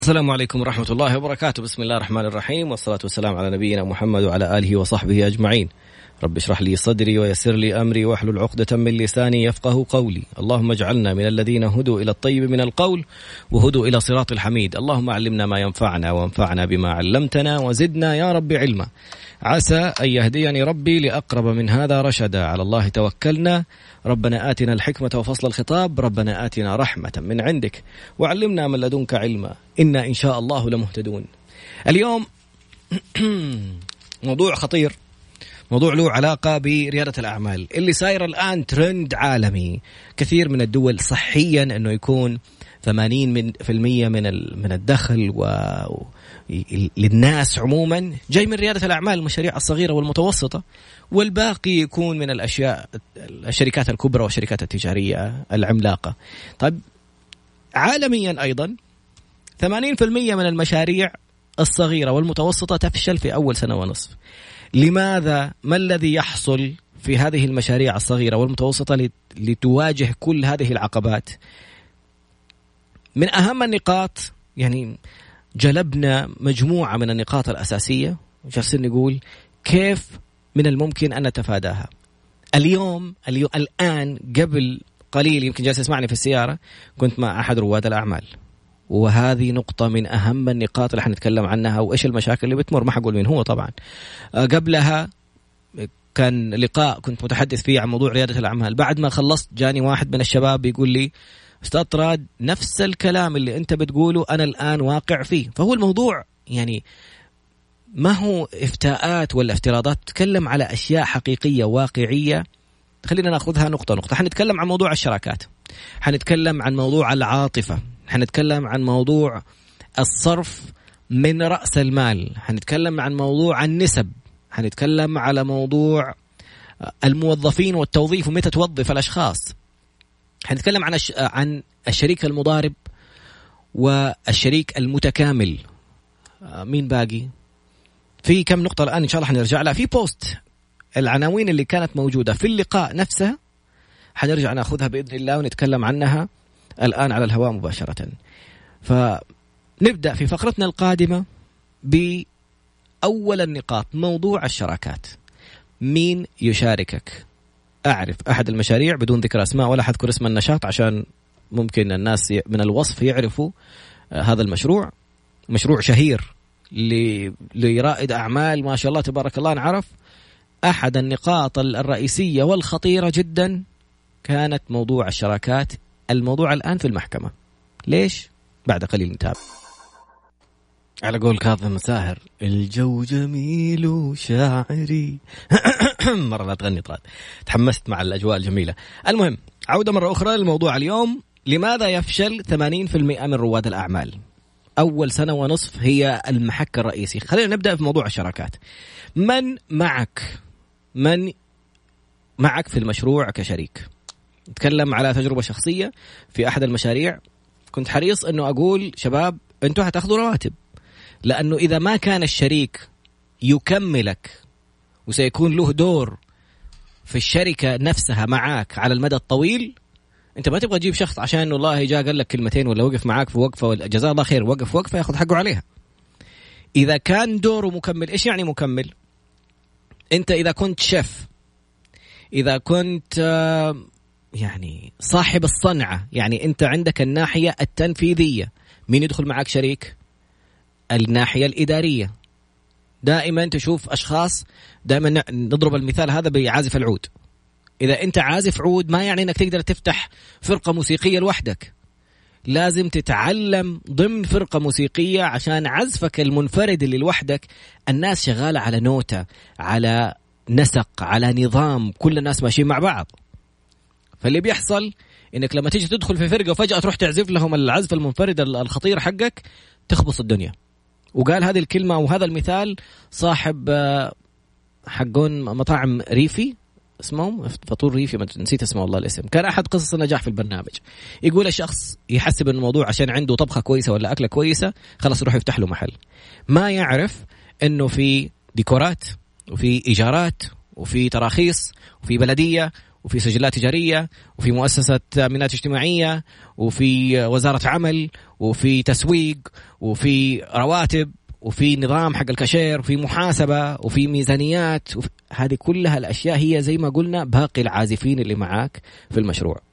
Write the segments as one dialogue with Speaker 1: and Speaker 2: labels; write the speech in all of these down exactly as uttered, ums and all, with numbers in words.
Speaker 1: السلام عليكم ورحمة الله وبركاته. بسم الله الرحمن الرحيم، والصلاة والسلام على نبينا محمد وعلى آله وصحبه أجمعين. رب اشرح لي صدري ويسر لي أمري واحلل عقدة من لساني يفقه قولي. اللهم اجعلنا من الذين هدوا إلى الطيب من القول وهدوا إلى صراط الحميد. اللهم علمنا ما ينفعنا وانفعنا بما علمتنا وزدنا يا رب علما. عسى أن يهديني ربي لأقرب من هذا رشدا. على الله توكلنا. ربنا آتنا الحكمة وفصل الخطاب. ربنا آتنا رحمة من عندك وعلمنا من لدنك علما إنا إن شاء الله لمهتدون. اليوم موضوع خطير، موضوع له علاقة بريادة الأعمال اللي صاير الآن ترند عالمي. كثير من الدول صحيا أنه يكون ثمانين في المية من من الدخل و للناس عموما جاي من ريادة الأعمال، المشاريع الصغيرة والمتوسطة، والباقي يكون من الأشياء الشركات الكبرى والشركات التجارية العملاقة. طيب عالميا أيضا ثمانين في المية من المشاريع الصغيرة والمتوسطة تفشل في أول سنة ونصف. لماذا؟ ما الذي يحصل في هذه المشاريع الصغيرة والمتوسطة لتواجه كل هذه العقبات؟ من أهم النقاط، يعني جلبنا مجموعة من النقاط الأساسية وجالسين نقول كيف من الممكن أن نتفاداها. اليوم, اليوم الآن قبل قليل يمكن جالس يسمعني في السيارة كنت مع أحد رواد الأعمال، وهذه نقطة من أهم النقاط اللي حنتكلم عنها وإيش المشاكل اللي بتمر. ما حقول مين هو طبعا. قبلها كان لقاء كنت متحدث فيه عن موضوع ريادة الأعمال. بعد ما خلصت جاني واحد من الشباب بيقول لي أستاذ طراد نفس الكلام اللي أنت بتقوله أنا الآن واقع فيه. فهو الموضوع يعني ما هو افتاءات ولا افتراضات، تتكلم على أشياء حقيقية واقعية. خلينا نأخذها نقطة نقطة. حنتكلم عن موضوع الشراكات، حنتكلم عن موضوع العاطفة، حنتكلم عن موضوع الصرف من رأس المال، حنتكلم عن موضوع النسب، حنتكلم على موضوع الموظفين والتوظيف ومتى توظف الأشخاص، حنتكلم عن عن الشريك المضارب والشريك المتكامل. مين باقي؟ في كم نقطة الآن إن شاء الله حنرجع لها في بوست. العناوين اللي كانت موجودة في اللقاء نفسها حنرجع نأخذها بإذن الله ونتكلم عنها الآن على الهواء مباشرة. فنبدأ في فقرتنا القادمة بأول النقاط، موضوع الشراكات. مين يشاركك؟ أعرف أحد المشاريع بدون ذكر أسماء ولا حذكر اسم النشاط عشان ممكن الناس من الوصف يعرفوا هذا المشروع. مشروع شهير لرائد أعمال ما شاء الله تبارك الله نعرف. أحد النقاط الرئيسية والخطيرة جدا كانت موضوع الشراكات. الموضوع الآن في المحكمة. ليش؟ بعد قليل نتابع. على قول كاظم ساهر الجو جميل وشاعري مرة لا تغني طراد، تحمست مع الأجواء الجميلة. المهم عودة مرة أخرى للموضوع اليوم. لماذا يفشل ثمانين بالمئة من رواد الأعمال؟ أول سنة ونصف هي المحك الرئيسي. خلينا نبدأ في موضوع الشراكات. من معك من معك في المشروع كشريك؟ نتكلم على تجربة شخصية في أحد المشاريع. كنت حريص أنه أقول شباب أنتوا هتاخذوا رواتب، لأنه إذا ما كان الشريك يكملك وسيكون له دور في الشركة نفسها معاك على المدى الطويل، أنت ما تبغى تجيب شخص عشان والله جاء قال لك كلمتين ولا وقف معاك في وقفة جزاه الله خير وقف وقفة ياخذ حقه عليها. إذا كان دوره مكمل. إيش يعني مكمل؟ أنت إذا كنت شيف، إذا كنت يعني صاحب الصنعة، يعني أنت عندك الناحية التنفيذية، مين يدخل معك شريك؟ الناحية الإدارية. دائما تشوف أشخاص، دائما نضرب المثال هذا بعازف العود. إذا أنت عازف عود ما يعني أنك تقدر تفتح فرقة موسيقية لوحدك، لازم تتعلم ضمن فرقة موسيقية عشان عزفك المنفرد اللي لوحدك الناس شغالة على نوتة، على نسق، على نظام، كل الناس ماشيين مع بعض. فاللي بيحصل إنك لما تيجي تدخل في فرقة وفجأة تروح تعزف لهم العزف المنفرد الخطير حقك تخبص الدنيا. وقال هذه الكلمة وهذا المثال صاحب حقون مطاعم ريفي اسمهم فطور ريفي، ما نسيت اسمه والله الاسم، كان أحد قصص النجاح في البرنامج. يقول الشخص يحسب أن الموضوع عشان عنده طبخة كويسة ولا أكلة كويسة خلاص يروح يفتح له محل، ما يعرف أنه في ديكورات وفي إيجارات وفي تراخيص وفي بلدية وفي سجلات تجارية وفي مؤسسة تأمينات اجتماعية وفي وزارة عمل وفي تسويق وفي رواتب وفي نظام حق الكاشير وفي محاسبة وفي ميزانيات وفي هذه كلها الأشياء هي زي ما قلنا باقي العازفين اللي معاك في المشروع.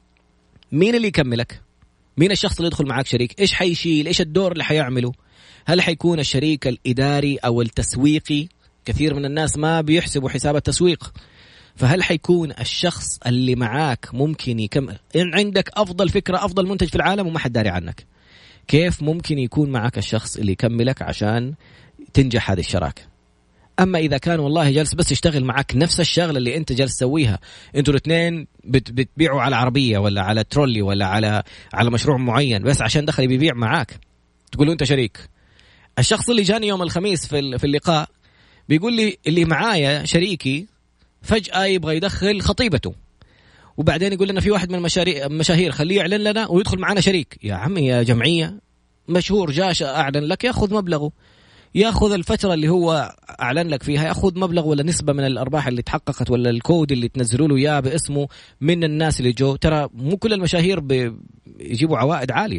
Speaker 1: مين اللي يكملك؟ مين الشخص اللي يدخل معاك شريك؟ إيش حيشيل؟ إيش الدور اللي حيعمله؟ هل حيكون الشريك الإداري أو التسويقي؟ كثير من الناس ما بيحسبوا حساب التسويق. فهل حيكون الشخص اللي معاك ممكن يكمل؟ إن عندك أفضل فكرة أفضل منتج في العالم وما حد داري عنك، كيف ممكن يكون معك الشخص اللي يكملك عشان تنجح هذه الشراكة؟ أما إذا كان والله جالس بس يشتغل معك نفس الشغلة اللي أنت جالس تسويها، أنتوا الاثنين بت بتبيعوا على عربية ولا على ترولي ولا على على مشروع معين بس عشان دخل بيبيع معاك، تقولوا أنت شريك. الشخص اللي جاني يوم الخميس في في اللقاء بيقول لي اللي معايا شريكي فجأة يبغى يدخل خطيبته، وبعدين يقول لنا في واحد من المشاهير خليه يعلن لنا ويدخل معنا شريك. يا عمي يا جمعية، مشهور جاش أعلن لك يأخذ مبلغه، يأخذ الفترة اللي هو أعلن لك فيها يأخذ مبلغ ولا نسبة من الأرباح اللي تحققت ولا الكود اللي تنزلوا له إياه باسمه من الناس اللي جو. ترى مو كل المشاهير بيجيبوا عوائد عالية،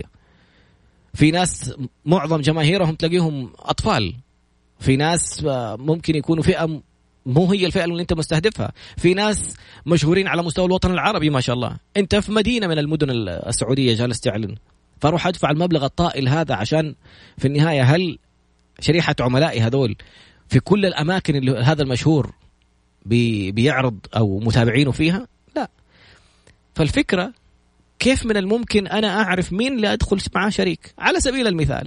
Speaker 1: في ناس معظم جماهيرهم تلاقيهم أطفال، في ناس ممكن يكونوا فئة مو هي الفئة اللي أنت مستهدفها، في ناس مشهورين على مستوى الوطن العربي ما شاء الله. أنت في مدينة من المدن السعودية جالس تعلن، فاروح أدفع المبلغ الطائل هذا عشان في النهاية هل شريحة عملائي هذول في كل الأماكن اللي هذا المشهور بي بيعرض أو متابعينه فيها؟ لا. فالفكرة كيف من الممكن أنا أعرف مين اللي أدخل معاه شريك؟ على سبيل المثال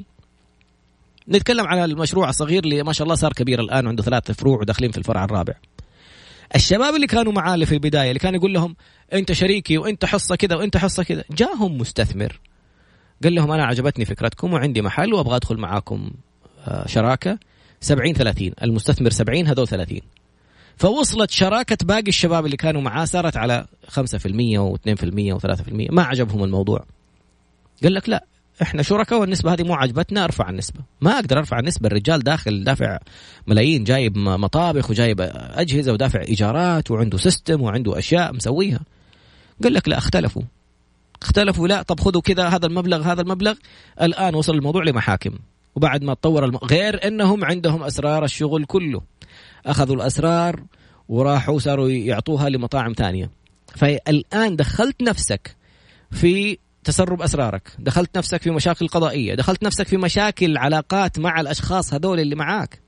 Speaker 1: نتكلم عن المشروع الصغير اللي ما شاء الله صار كبير الآن عنده ثلاثة فروع وداخلين في الفرع الرابع. الشباب اللي كانوا معاه اللي في البداية اللي كان يقول لهم أنت شريكي وأنت حصة كذا وأنت حصة كذا، جاهم مستثمر قال لهم أنا عجبتني فكرتكم وعندي محل وأبغى أدخل معاكم شراكة سبعين ثلاثين، المستثمر سبعين هذول ثلاثين، فوصلت شراكة باقي الشباب اللي كانوا معاه صارت على خمسة في المية واثنين في المية وثلاثة في المية. ما عجبهم الموضوع، قال لك لا احنا شركاء والنسبة هذه مو عجبتنا، ارفع النسبة. ما اقدر ارفع النسبة، الرجال داخل دافع ملايين، جايب مطابخ وجايب اجهزة ودافع ايجارات وعنده سيستم وعنده اشياء مسويها. قال لك لا، اختلفوا اختلفوا لا طب خذوا كذا هذا المبلغ هذا المبلغ. الان وصل الموضوع لمحاكم، وبعد ما تطور الم... غير انهم عندهم اسرار الشغل كله، اخذوا الاسرار وراحوا صاروا يعطوها لمطاعم ثانية. فالان دخلت نفسك في تسرب أسرارك، دخلت نفسك في مشاكل قضائية، دخلت نفسك في مشاكل علاقات مع الأشخاص هذول اللي معاك.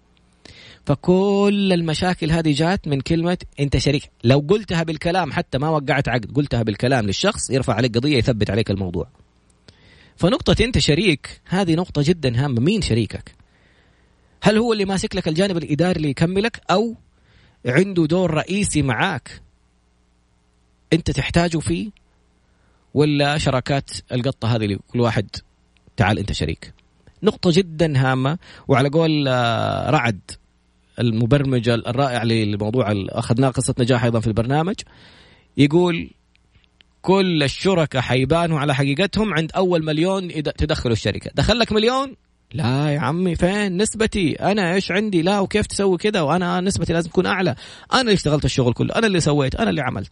Speaker 1: فكل المشاكل هذه جات من كلمة أنت شريك. لو قلتها بالكلام حتى ما وقعت عقد، قلتها بالكلام للشخص يرفع عليك قضية يثبت عليك الموضوع. فنقطة أنت شريك هذه نقطة جدا هامة. مين شريكك؟ هل هو اللي ماسك لك الجانب الإداري اللي يكملك، أو عنده دور رئيسي معاك أنت تحتاجه فيه، ولا شراكات القطة هذه اللي كل واحد تعال أنت شريك؟ نقطة جدا هامة. وعلى قول رعد المبرمج الرائع للموضوع أخذناه قصة نجاح أيضا في البرنامج، يقول كل الشركة حيبانوا على حقيقتهم عند أول مليون تدخلوا الشركة. دخلك مليون، لا يا عمي فين نسبتي؟ أنا إيش عندي؟ لا وكيف تسوي كذا؟ وأنا نسبتي لازم تكون أعلى، أنا اللي اشتغلت الشغل كله، أنا اللي سويت، أنا اللي عملت.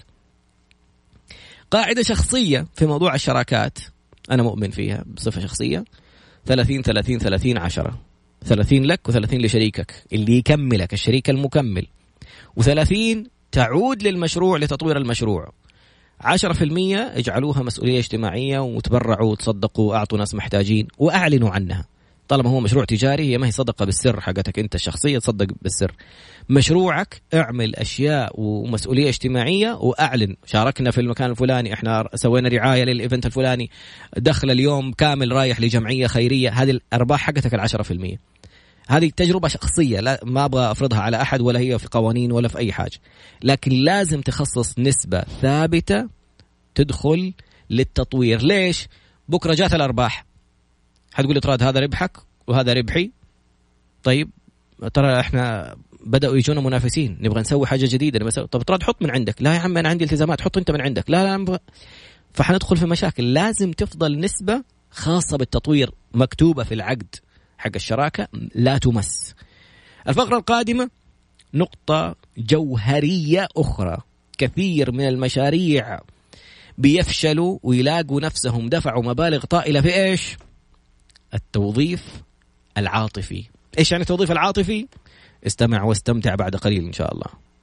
Speaker 1: قاعدة شخصية في موضوع الشراكات أنا مؤمن فيها بصفة شخصية، ثلاثين ثلاثين ثلاثين عشرة، ثلاثين لك وثلاثين لشريكك اللي يكملك الشريك المكمل، وثلاثين تعود للمشروع لتطوير المشروع. عشرة في المية اجعلوها مسؤولية اجتماعية وتبرعوا وتصدقوا وأعطوا ناس محتاجين وأعلنوا عنها. طالما هو مشروع تجاري هي ما هي صدقة بالسر حقتك أنت الشخصية، تصدق بالسر. مشروعك اعمل أشياء ومسؤولية اجتماعية وأعلن شاركنا في المكان الفلاني، احنا سوينا رعاية للإيفنت الفلاني، دخل اليوم كامل رايح لجمعية خيرية. هذه الأرباح حقتك العشرة في المية. هذه تجربة شخصية لا ما أبغى أفرضها على أحد ولا هي في قوانين ولا في أي حاجة، لكن لازم تخصص نسبة ثابتة تدخل للتطوير. ليش؟ بكرة جات الأرباح هتقول لي ترى هذا ربحك وهذا ربحي، طيب ترى احنا بدأوا يجونا منافسين نبغى نسوي حاجة جديدة نسوي. طب ترى تحط من عندك، لا يا عم أنا عندي التزامات، حط أنت من عندك، لا لا نبغى. فحندخل في مشاكل. لازم تفضل نسبة خاصة بالتطوير مكتوبة في العقد حق الشراكة لا تمس. الفقرة القادمة نقطة جوهرية أخرى كثير من المشاريع بيفشلوا ويلاقوا نفسهم دفعوا مبالغ طائلة في إيش؟ التوظيف العاطفي. إيش يعني التوظيف العاطفي؟ استمع واستمتع بعد قليل إن شاء الله.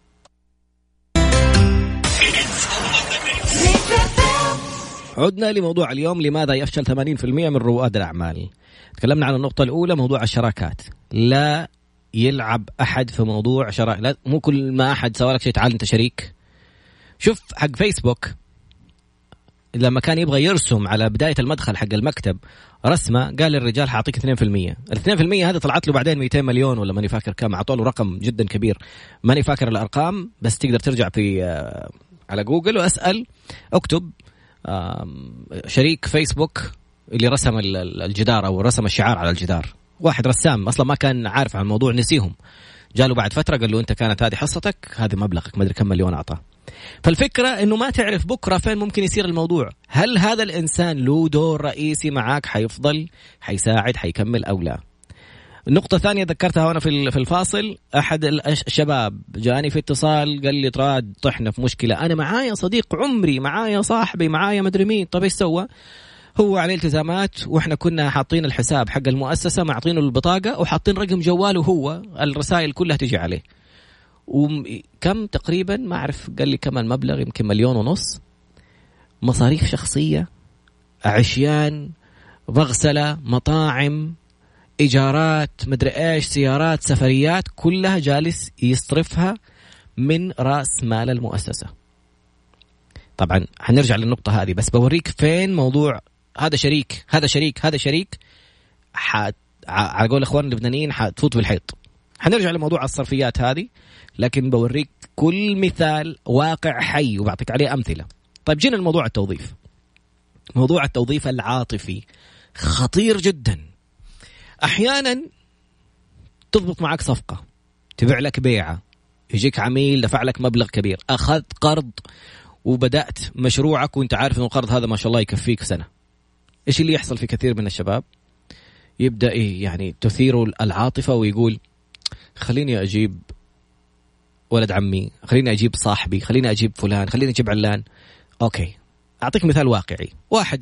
Speaker 1: عدنا لموضوع اليوم، لماذا يفشل ثمانين بالمئة من رواد الأعمال. تكلمنا عن النقطة الأولى، موضوع الشراكات. لا يلعب أحد في موضوع شراكة، لا مو كل ما أحد سوى لك شيء تعال أنت شريك. شوف حق فيسبوك لما كان يبغى يرسم على بداية المدخل حق المكتب رسمة، قال للرجال حاعطيك اثنين بالمئة. الاثنين بالمئة هذا طلعت له بعدين مئتين مليون ولا ماني فاكر كم، عطوا له رقم جدا كبير ماني فاكر الأرقام، بس تقدر ترجع في على جوجل وأسأل، اكتب شريك فيسبوك اللي رسم الجدار أو رسم الشعار على الجدار. واحد رسام أصلا ما كان عارف عن الموضوع، نسيهم، جاله بعد فترة قال له أنت كانت هذه حصتك، هذه مبلغك، ما أدري كم مليون أعطاه. فالفكرة إنه ما تعرف بكرة فين ممكن يصير الموضوع. هل هذا الإنسان له دور رئيسي معاك، حيفضل حيساعد حيكمل أو لا؟ النقطة الثانية ذكرتها هنا في في الفاصل، أحد الشباب جاني في اتصال قال لي تراد طحنا في مشكلة، أنا معايا صديق عمري، معايا صاحبي، معايا مدري مين، طب إيش سوى؟ هو عليه التزامات وإحنا كنا حاطين الحساب حق المؤسسة، معطينه البطاقة وحاطين رقم جواله، هو الرسائل كلها تجي عليه. وكم تقريبا ما أعرف، قال لي كم المبلغ، يمكن مليون ونص، مصاريف شخصية، عشيان، مغسلة، مطاعم، إيجارات، مدري إيش، سيارات، سفريات، كلها جالس يصرفها من رأس مال المؤسسة. طبعا هنرجع للنقطة هذه، بس بوريك فين موضوع هذا شريك هذا شريك هذا شريك حت... على قول إخوان اللبنانيين حتفوت بالحيط. هنرجع لموضوع الصرفيات هذه، لكن بوريك كل مثال واقع حي وبعطيك عليه أمثلة. طيب جينا الموضوع التوظيف. موضوع التوظيف العاطفي خطير جدا. أحيانا تضبط معك صفقة، تبيع لك بيعة، يجيك عميل دفع لك مبلغ كبير، أخذت قرض وبدأت مشروعك وانت عارف أن القرض هذا ما شاء الله يكفيك سنة. إيش اللي يحصل في كثير من الشباب؟ يبدأ إيه يعني تثير العاطفة ويقول خليني أجيب ولد عمي، خليني أجيب صاحبي، خليني أجيب فلان، خليني أجيب علان. أوكي، أعطيك مثال واقعي. واحد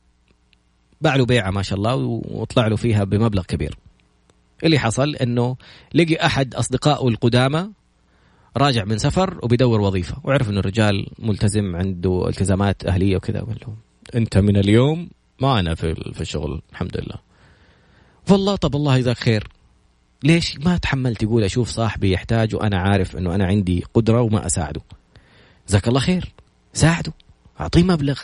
Speaker 1: باع له بيعة ما شاء الله وطلع له فيها بمبلغ كبير. اللي حصل إنه لقي أحد أصدقائه القدامى راجع من سفر وبيدور وظيفة، وعرف إنه الرجال ملتزم عنده التزامات أهلية وكذا، وقال له أنت من اليوم ما أنا في في الشغل الحمد لله. والله طب الله يجزاك خير، ليش ما تحملت تقول أشوف صاحبي يحتاج وأنا عارف إنه أنا عندي قدرة وما أساعده؟ جزاك الله خير، ساعده، أعطيه مبلغ،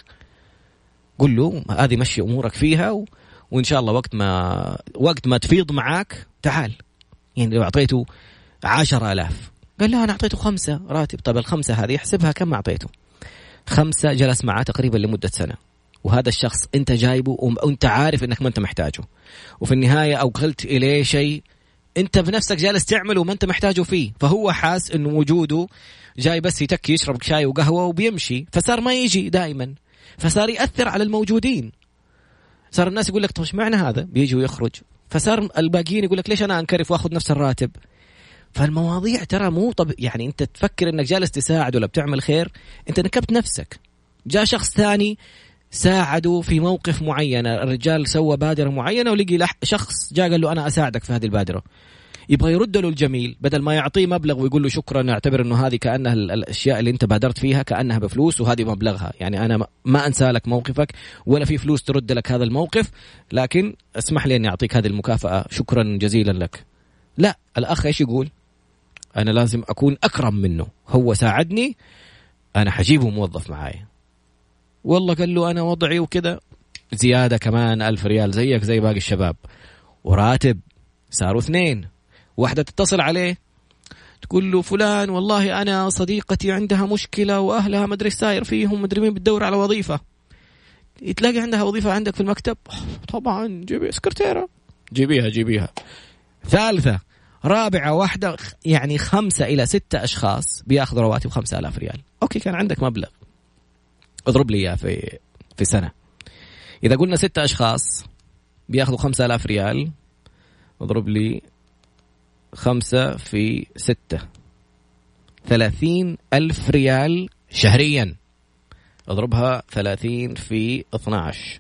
Speaker 1: قل له هذه مشي أمورك فيها و... وإن شاء الله وقت ما وقت ما تفيض معاك تعال. يعني لو أعطيته عشرة آلاف، قال لا أنا أعطيته خمسة راتب. طب الخمسة هذه يحسبها كم أعطيته؟ خمسة جلس معاه تقريبا لمدة سنة، وهذا الشخص أنت جايبه وأنت عارف إنك ما أنت محتاجه، وفي النهاية أوكلت إليه شيء أنت بنفسك جالس تعمله وما أنت محتاجه فيه، فهو حاس إنه وجوده جاي بس يتكي يشرب شاي وقهوة وبيمشي، فصار ما يجي دائما، فصار يأثر على الموجودين. صار الناس يقول لك طب ايش معنى هذا بيجي ويخرج، فصار الباقيين يقول لك ليش أنا أنكرف وأخذ نفس الراتب. فالمواضيع ترى مو طب يعني أنت تفكر إنك جالس تساعد ولا بتعمل خير، أنت نكبت نفسك. جاء شخص ثاني ساعده في موقف معين، الرجال سوى بادرة معينة ولقي شخص جاء قال له أنا أساعدك في هذه البادرة، يبغى يرد له الجميل بدل ما يعطيه مبلغ ويقول له شكرا، نعتبر إنه هذه كأنها الأشياء اللي أنت بادرت فيها كأنها بفلوس وهذه مبلغها، يعني أنا ما أنسى لك موقفك ولا في فلوس ترد لك هذا الموقف، لكن اسمح لي أن أعطيك هذه المكافأة، شكرا جزيلا لك. لا، الأخ إيش يقول؟ أنا لازم أكون أكرم منه، هو ساعدني أنا حجيبه موظف معايا، والله قال له أنا وضعي وكذا، زيادة كمان ألف ريال زيك زي باقي الشباب، وراتب صاروا اثنين. واحدة تتصل عليه تقول له فلان والله أنا صديقتي عندها مشكلة وأهلها مدري ساير فيهم مدري مين بتدور على وظيفة، تلاقي عندها وظيفة عندك في المكتب، طبعا جيبي سكرتيرة، جيبيها جيبيها. ثالثة رابعة واحدة، يعني خمسة إلى ستة أشخاص بياخذوا رواتب خمسة آلاف ريال. أوكي كان عندك مبلغ، اضرب لي إياه في في سنة. إذا قلنا ستة أشخاص بياخذوا خمسة آلاف ريال، اضرب لي خمسة في ستة، ثلاثين ألف ريال شهريا اضربها ثلاثين في اثنا عشر،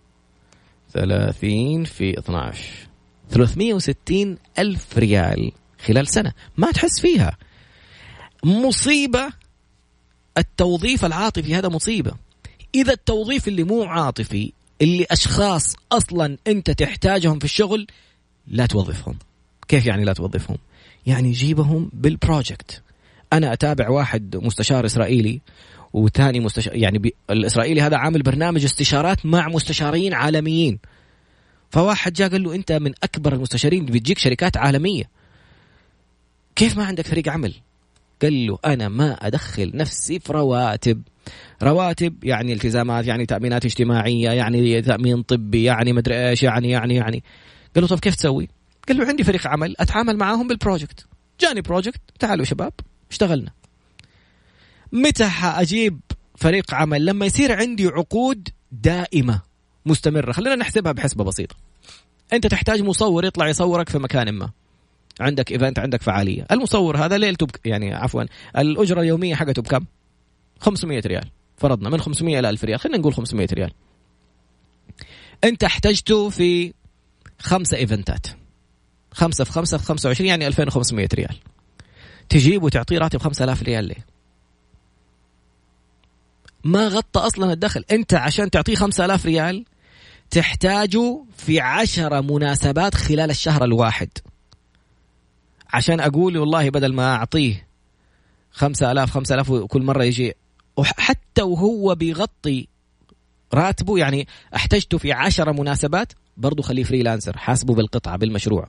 Speaker 1: ثلاثين في اثنا عشر، ثلاثمائة وستين ألف ريال خلال سنة ما تحس فيها. مصيبة التوظيف العاطفي، هذا مصيبة. إذا التوظيف اللي مو عاطفي، اللي أشخاص أصلا أنت تحتاجهم في الشغل، لا توظفهم. كيف يعني لا توظفهم؟ يعني جيبهم بالبروجكت. أنا أتابع واحد مستشار إسرائيلي وثاني مستشار، يعني بي... الإسرائيلي هذا عامل برنامج استشارات مع مستشارين عالميين. فواحد جاء قال له أنت من أكبر المستشارين، بتجيك شركات عالمية، كيف ما عندك فريق عمل؟ قال له أنا ما أدخل نفسي في رواتب. رواتب يعني التزامات، يعني تأمينات اجتماعية، يعني تأمين طبي، يعني مدري إيش، يعني يعني يعني قال له طب كيف تسوي؟ قال له عندي فريق عمل أتعامل معاهم بالبروجكت. جاني بروجكت، تعالوا شباب اشتغلنا. متى حأجيب فريق عمل؟ لما يصير عندي عقود دائمة مستمرة. خلينا نحسبها بحسبة بسيطة. أنت تحتاج مصور يطلع يصورك في مكان ما، عندك إيفنت، عندك فعالية. المصور هذا ليلته بك... يعني عفوا الأجرة اليومية حقته بكم؟ خمسمائة ريال فرضنا، من خمسمائة إلى ألف ريال، خلينا نقول خمسمائة ريال. أنت احتجته في خمسة إيفنتات، خمسة في خمسة في خمسة وعشرين، يعني ألفين وخمسمائة ريال. تجيب وتعطيه راتب خمسة آلاف ريال ليه؟ ما غطى أصلا الدخل. أنت عشان تعطيه خمسة آلاف ريال تحتاجه في عشرة مناسبات خلال الشهر الواحد. عشان أقول والله بدل ما أعطيه خمسة آلاف خمسة آلاف وكل مرة يجي، وحتى وهو بيغطي راتبه، يعني احتجته في عشرة مناسبات، برضو خليه فريلانسر، حاسبه بالقطعة بالمشروع.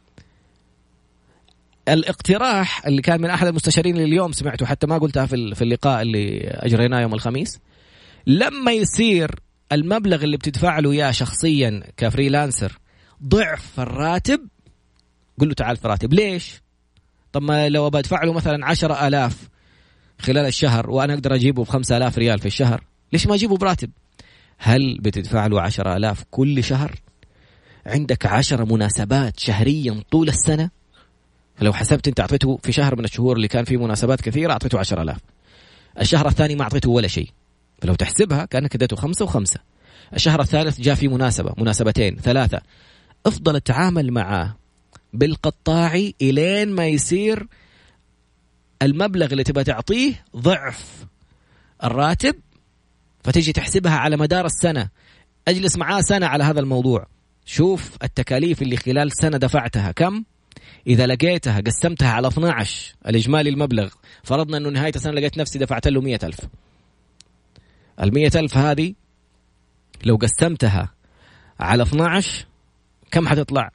Speaker 1: الاقتراح اللي كان من أحد المستشارين اللي اليوم سمعته، حتى ما قلتها في في اللقاء اللي أجريناه يوم الخميس، لما يصير المبلغ اللي بتدفع له يا شخصيا كفريلانسر ضعف الراتب، قل له تعال في راتب. ليش؟ طب ما لو بدفع له مثلا عشرة آلاف خلال الشهر وأنا أقدر أجيبه بخمسة آلاف ريال في الشهر، ليش ما أجيبه براتب؟ هل بتدفع له عشرة آلاف كل شهر؟ عندك عشرة مناسبات شهريا طول السنة. لو حسبت أنت أعطيته في شهر من الشهور اللي كان فيه مناسبات كثيرة أعطيته عشرة آلاف، الشهر الثاني ما أعطيته ولا شيء، فلو تحسبها كأنك اديته خمسة وخمسة. الشهر الثالث جاء فيه مناسبة، مناسبتين، ثلاثة. افضل التعامل معه بالقطاعي إلين ما يصير المبلغ اللي تبى تعطيه ضعف الراتب، فتيجي تحسبها على مدار السنة. أجلس معاه سنة على هذا الموضوع، شوف التكاليف اللي خلال سنة دفعتها كم. إذا لقيتها قسمتها على اثنا عشر الإجمالي المبلغ، فرضنا أنه نهاية السنة لقيت نفسي دفعت له مئة ألف. المئة ألف هذه لو قسمتها على اثنا عشر كم حتطلع؟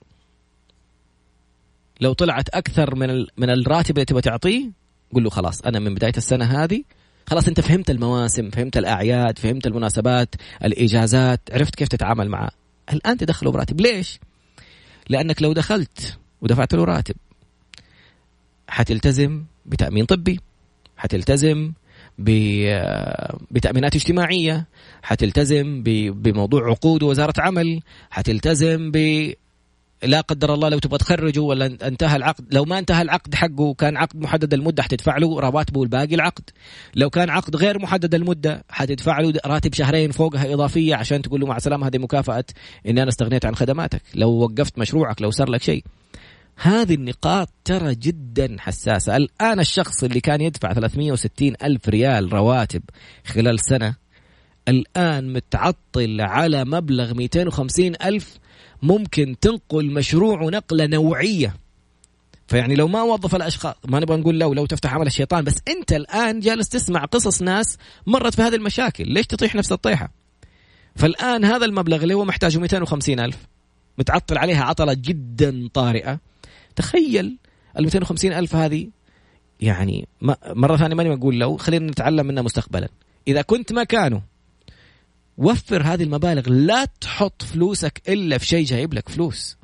Speaker 1: لو طلعت أكثر من من الراتب اللي تبغى تعطيه، قل له خلاص أنا من بداية السنة هذه خلاص أنت فهمت المواسم، فهمت الأعياد، فهمت المناسبات، الإجازات، عرفت كيف تتعامل معه. الآن تدخله براتب. ليش؟ لأنك لو دخلت ودفعت له راتب حتلتزم بتأمين طبي، حتلتزم بتأمينات اجتماعية، حتلتزم بموضوع عقود وزارة عمل، حتلتزم ب لا قدر الله لو تبغى تخرجه ولا انتهى العقد، لو ما انتهى العقد حقه كان عقد محدد المدة حتدفع له رواتبه والباقي العقد. لو كان عقد غير محدد المدة حتدفع له راتب شهرين فوقها إضافية عشان تقول له مع السلامة، هذه مكافأة إن أنا استغنيت عن خدماتك لو وقفت مشروعك، لو صار لك شيء. هذه النقاط ترى جدا حساسة. الآن الشخص اللي كان يدفع ثلاثمائة وستين ألف ريال رواتب خلال سنة الآن متعطل على مبلغ مئتين وخمسين ألف، ممكن تنقل مشروع نقلة نوعية. فيعني لو ما وظف الأشخاص، ما نبغى نقول لو لو تفتح عمل الشيطان، بس أنت الآن جالس تسمع قصص ناس مرت في هذه المشاكل، ليش تطيح نفس الطيحة؟ فالآن هذا المبلغ اللي هو محتاجه مئتين وخمسين ألف متعطل عليها عطلة جدا طارئة. تخيل ال مئتين وخمسين ألف هذه، يعني مرة ثانية ماني بقول لو، خلينا نتعلم منها مستقبلا. إذا كنت مكانه وفر هذه المبالغ، لا تحط فلوسك إلا في شيء جايب لك فلوس.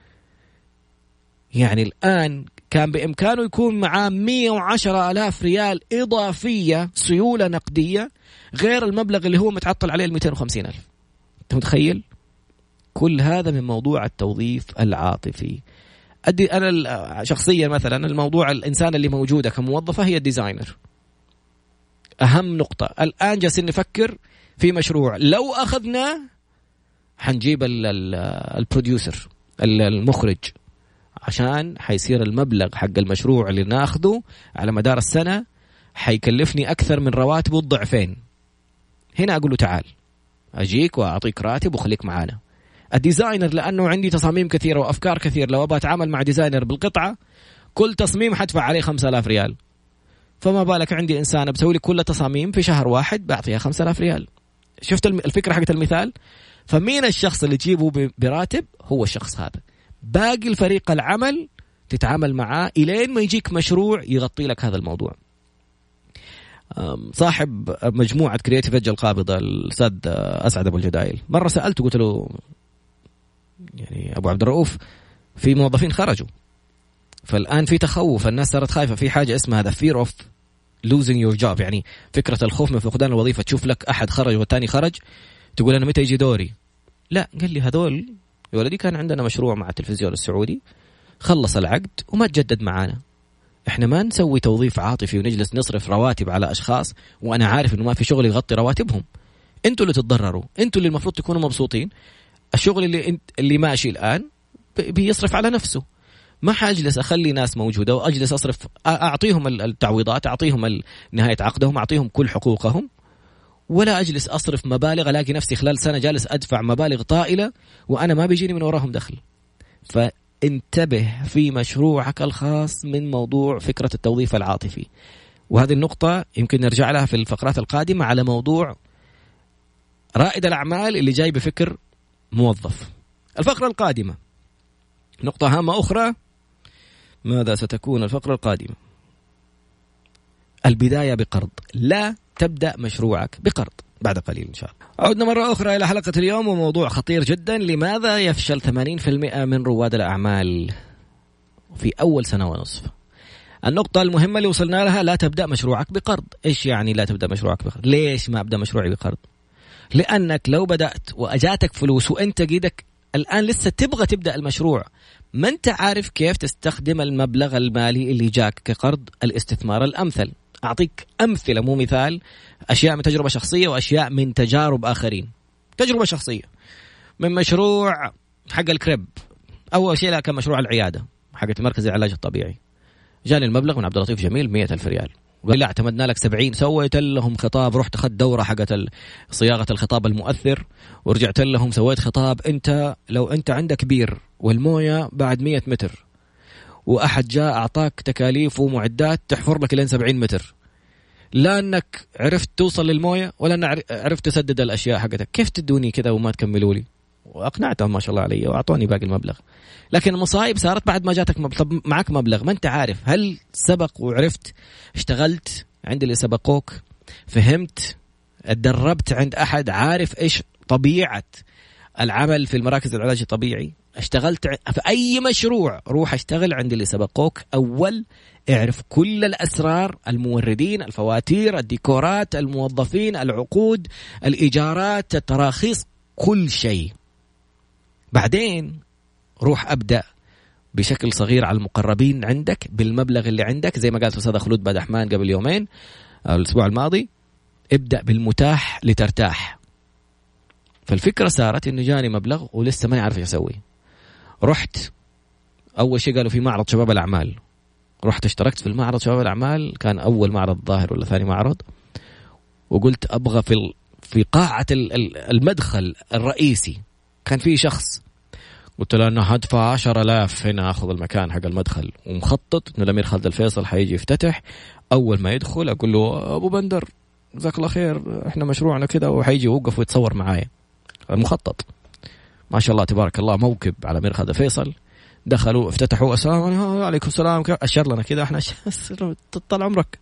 Speaker 1: يعني الآن كان بإمكانه يكون معاه مئة وعشرة آلاف ريال إضافية سيولة نقدية غير المبلغ اللي هو متعطل عليه المئتين وخمسين ألف. أنت متخيل؟ كل هذا من موضوع التوظيف العاطفي. أدي أنا شخصيا مثلا الموضوع الإنسان اللي موجودة كموظفة هي الديزاينر. أهم نقطة الآن جالسين نفكر في مشروع لو أخذنا حنجيب البروديوسر المخرج عشان حيصير المبلغ حق المشروع اللي ناخده على مدار السنة حيكلفني أكثر من رواتبه الضعفين. هنا أقول له تعال أجيك وأعطيك راتب وخليك معانا. الديزاينر لأنه عندي تصاميم كثيرة وأفكار كثير، لو أبغى أتعامل مع ديزاينر بالقطعة كل تصميم حدفع عليه خمسة آلاف ريال، فما بالك عندي إنسان بسوي لي كل تصاميم في شهر واحد بعطيها خمسة آلاف ريال. شفت الفكرة حقت المثال؟ فمين الشخص اللي تجيبه براتب؟ هو الشخص هذا. باقي الفريق العمل تتعامل معاه إلين ما يجيك مشروع يغطي لك هذا الموضوع. صاحب مجموعة كرياتيف إدج القابضة الأستاذ أسعد أبو الجدايل مرة سألته قلت له يعني أبو عبد الرؤوف في موظفين خرجوا، فالآن في تخوف، الناس صارت خايفة في حاجة اسمها هذا fear of losing your job، يعني فكرة الخوف من فقدان الوظيفة. تشوف لك أحد خرج والتاني خرج تقول أنا متى يجي دوري؟ لا، قال لي هذول يا ولدي كان عندنا مشروع مع التلفزيون السعودي خلص العقد وما تجدد معانا، احنا ما نسوي توظيف عاطفي ونجلس نصرف رواتب على أشخاص وأنا عارف إنه ما في شغل يغطي رواتبهم. انتوا اللي تتضرروا، انتوا اللي المفروض تكونوا مبسوطين. الشغل اللي انت اللي ماشي الآن بيصرف على نفسه، ما حاجلس أخلي ناس موجودة وأجلس أصرف أعطيهم التعويضات، أعطيهم نهاية عقدهم، أعطيهم كل حقوقهم، ولا أجلس أصرف مبالغ ألاقي نفسي خلال سنة جالس أدفع مبالغ طائلة وأنا ما بيجيني من وراهم دخل. فانتبه في مشروعك الخاص من موضوع فكرة التوظيف العاطفي. وهذه النقطة يمكن نرجع لها في الفقرات القادمة على موضوع رائد الأعمال اللي جاي بفكر موظف. الفقرة القادمة نقطة هامة أخرى، ماذا ستكون الفقرة القادمة؟ البداية بقرض، لا تبدأ مشروعك بقرض. بعد قليل إن شاء الله. عودنا مرة أخرى إلى حلقة اليوم وموضوع خطير جدا، لماذا يفشل ثمانين بالمئة من رواد الأعمال في أول سنة ونصف؟ النقطة المهمة اللي وصلنا لها، لا تبدأ مشروعك بقرض. إيش يعني لا تبدأ مشروعك بقرض؟ ليش ما أبدأ مشروعي بقرض؟ لأنك لو بدأت وأجاتك فلوس وأنت قيدك الآن لسه تبغى تبدأ المشروع، ما أنت عارف كيف تستخدم المبلغ المالي اللي جاك كقرض الاستثمار الأمثل. أعطيك أمثلة مو مثال، أشياء من تجربة شخصية وأشياء من تجارب آخرين. تجربة شخصية من مشروع حق الكريب، أول شيء كان مشروع العيادة حقت مركز العلاج الطبيعي. جاني المبلغ من عبد اللطيف جميل مئة ألف ريال، وقال لا اعتمدنا لك سبعين. سويت لهم خطاب، رحت أخذت دورة حقت صياغة الخطاب المؤثر، ورجعت لهم سويت خطاب أنت لو أنت عندك بير والموية بعد مئة متر وأحد جاء أعطاك تكاليف ومعدات تحفر لك لين سبعين متر، لا أنك عرفت توصل للموية ولا أنك عرفت تسدد الأشياء حقتك، كيف تدوني كذا وما تكملوا لي؟ وأقنعتهم ما شاء الله علي وأعطوني باقي المبلغ. لكن المصايب صارت بعد ما جاتك مبلغ. طب معك مبلغ ما أنت عارف هل سبق وعرفت، اشتغلت عند اللي سبقوك، فهمت، اتدربت عند أحد عارف إيش طبيعة العمل في المراكز العلاج الطبيعي، اشتغلت في أي مشروع روح اشتغل عند اللي سبقوك أول، اعرف كل الأسرار، الموردين، الفواتير، الديكورات، الموظفين، العقود، الإيجارات، التراخيص، كل شيء. بعدين روح أبدأ بشكل صغير على المقربين عندك بالمبلغ اللي عندك، زي ما قالت أستاذة خلود بدحمان قبل يومين أو الأسبوع الماضي، ابدأ بالمتاح لترتاح. فالفكرة صارت إنه جاني مبلغ ولسه ما يعرف يسوي. رحت أول شيء قالوا في معرض شباب الأعمال، رحت اشتركت في المعرض شباب الأعمال، كان أول معرض ظاهر ولا ثاني معرض، وقلت أبغى في في قاعة المدخل الرئيسي كان في شخص، قلت له أنا هدفع عشر آلاف هنا أخذ المكان حق المدخل، ومخطط إنه الأمير خالد الفيصل حيجي يفتتح. أول ما يدخل أقول له أبو بندر جزاك الله خير، إحنا مشروعنا كذا، وحيجي يوقف ويتصور معايا. المخطط ما شاء الله تبارك الله موكب على الأمير خالد الفيصل. دخلوا افتتحوا، السلام عليكم السلام، أشر لنا كذا، إحنا طال عمرك.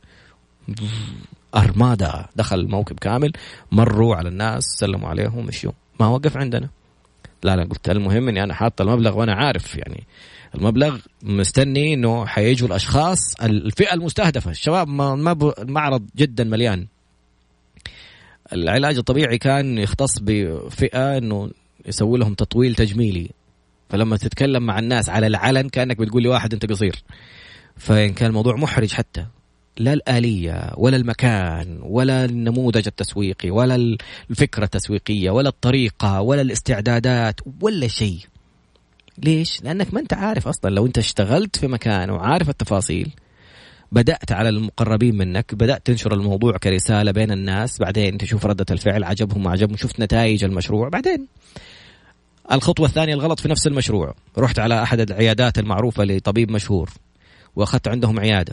Speaker 1: أرمادا دخل الموكب كامل، مروا على الناس سلموا عليهم مشيوا، ما وقف عندنا. لا لا قلت المهم اني انا حاط المبلغ وانا عارف يعني المبلغ مستني انه حييجوا الاشخاص الفئه المستهدفه الشباب. ما المعرض جدا مليان. العلاج الطبيعي كان يختص بفئه انه يسوي لهم تطويل تجميلي، فلما تتكلم مع الناس على العلن كانك بتقول لي واحد انت قصير، فإن كان الموضوع محرج حتى. لا الآلية ولا المكان ولا النموذج التسويقي ولا الفكرة التسويقية ولا الطريقة ولا الاستعدادات ولا شيء. ليش؟ لأنك ما أنت عارف أصلا. لو أنت اشتغلت في مكان وعارف التفاصيل، بدأت على المقربين منك، بدأت تنشر الموضوع كرسالة بين الناس، بعدين تشوف ردة الفعل، عجبهم ما عجبهم، شفت نتائج المشروع. بعدين الخطوة الثانية الغلط في نفس المشروع، رحت على أحد العيادات المعروفة لطبيب مشهور وأخذت عندهم عيادة،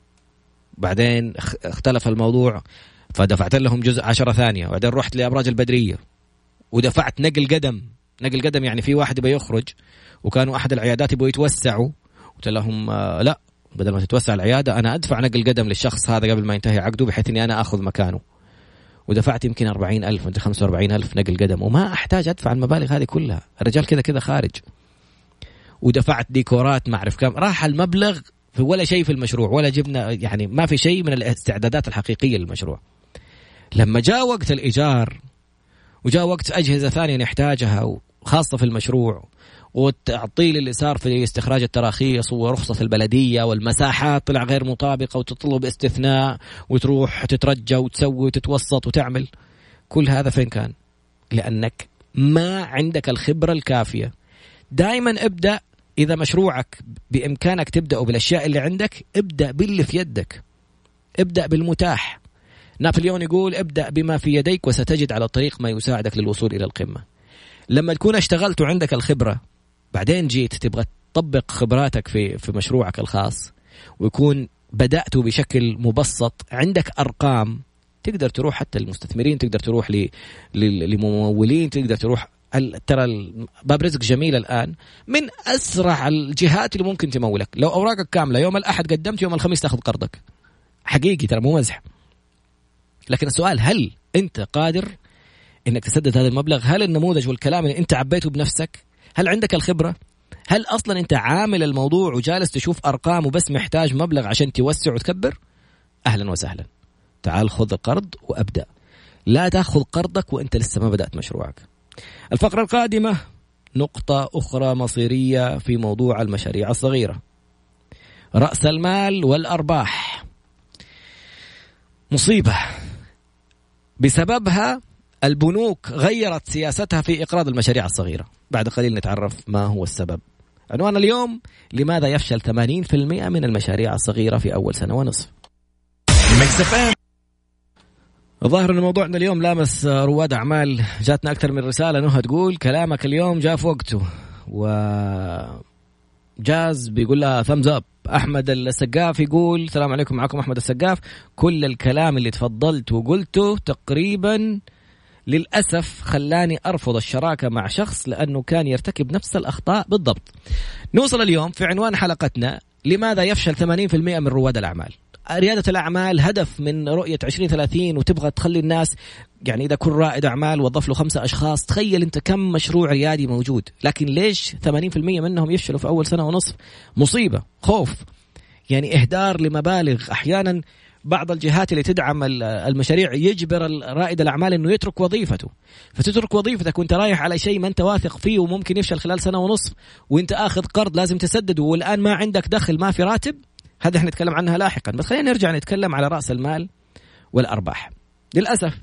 Speaker 1: بعدين اختلف الموضوع فدفعت لهم جزء عشرة ثانية، بعدين رحت لأبراج البدرية ودفعت نقل قدم. نقل قدم يعني في واحد يبغى يخرج وكانوا أحد العيادات يبغوا يتوسعوا، قلت لهم آه لا، بدل ما تتوسع العيادة أنا أدفع نقل قدم للشخص هذا قبل ما ينتهي عقده بحيث أني أنا أخذ مكانه، ودفعت يمكن أربعين ألف ولا خمسة وأربعين ألف نقل قدم وما أحتاج أدفع المبالغ هذه كلها. الرجال كذا كذا خارج، ودفعت ديكورات ما أعرف كم، راح المبلغ في ولا شيء في المشروع، ولا جبنا يعني ما في شيء من الاستعدادات الحقيقية للمشروع. لما جاء وقت الإيجار وجاء وقت أجهزة ثانية نحتاجها خاصة في المشروع، والتعطيل اللي صار في استخراج التراخيص ورخصة البلدية والمساحات طلع غير مطابقة وتطلب استثناء وتروح تترجى وتسوي وتتوسط وتعمل، كل هذا فين كان؟ لأنك ما عندك الخبرة الكافية. دائما ابدأ، إذا مشروعك بإمكانك تبدأ بالأشياء اللي عندك، ابدأ باللي في يدك، ابدأ بالمتاح. نابليون يقول ابدأ بما في يديك وستجد على الطريق ما يساعدك للوصول إلى القمة. لما تكون اشتغلت وعندك الخبرة، بعدين جيت تبغى تطبق خبراتك في في مشروعك الخاص، ويكون بدأت بشكل مبسط، عندك أرقام، تقدر تروح حتى المستثمرين، تقدر تروح لممولين، تقدر تروح. ترى باب رزق جميل الآن من أسرع الجهات اللي ممكن تمولك. لو أوراقك كاملة يوم الأحد قدمت، يوم الخميس تأخذ قرضك حقيقي، ترى مو مزح. لكن السؤال، هل أنت قادر إنك تسدد هذا المبلغ؟ هل النموذج والكلام اللي أنت عبيته بنفسك؟ هل عندك الخبرة؟ هل أصلا أنت عامل الموضوع وجالس تشوف أرقام وبس محتاج مبلغ عشان توسع وتكبر؟ أهلا وسهلا، تعال خذ القرض وأبدأ. لا تأخذ قرضك وأنت لسه ما بدأت مشروعك. الفقرة القادمة نقطة أخرى مصيرية في موضوع المشاريع الصغيرة، رأس المال والأرباح. مصيبة بسببها البنوك غيرت سياستها في إقراض المشاريع الصغيرة. بعد قليل نتعرف ما هو السبب. عنوان اليوم: لماذا يفشل ثمانين بالمئة من المشاريع الصغيرة في أول سنة ونصف. الظاهر أن موضوعنا اليوم لامس رواد أعمال. جاتنا أكثر من رسالة، نهى تقول كلامك اليوم جاء في وقته، وجاز بيقول لها ثمز أب. أحمد السقاف يقول السلام عليكم، معكم أحمد السقاف. كل الكلام اللي تفضلت وقلته تقريبا للأسف خلاني أرفض الشراكة مع شخص لأنه كان يرتكب نفس الأخطاء بالضبط. نوصل اليوم في عنوان حلقتنا: لماذا يفشل ثمانين بالمئة من رواد الأعمال. ريادة الأعمال هدف من رؤية عشرين ثلاثين، وتبغى تخلي الناس يعني إذا كل رائد أعمال وظف له خمسة أشخاص، تخيل أنت كم مشروع ريادي موجود، لكن ليش ثمانين بالمئة منهم يفشلوا في أول سنة ونصف؟ مصيبة، خوف، يعني إهدار لمبالغ. أحيانا بعض الجهات اللي تدعم المشاريع يجبر رائد الأعمال أنه يترك وظيفته، فتترك وظيفتك وانت رايح على شيء ما انت واثق فيه وممكن يفشل خلال سنة ونصف، وانت آخذ قرض لازم تسدده، والآن ما عندك دخل، ما في راتب. هذا احنا نتكلم عنها لاحقا، بس خلينا نرجع نتكلم على رأس المال والأرباح. للأسف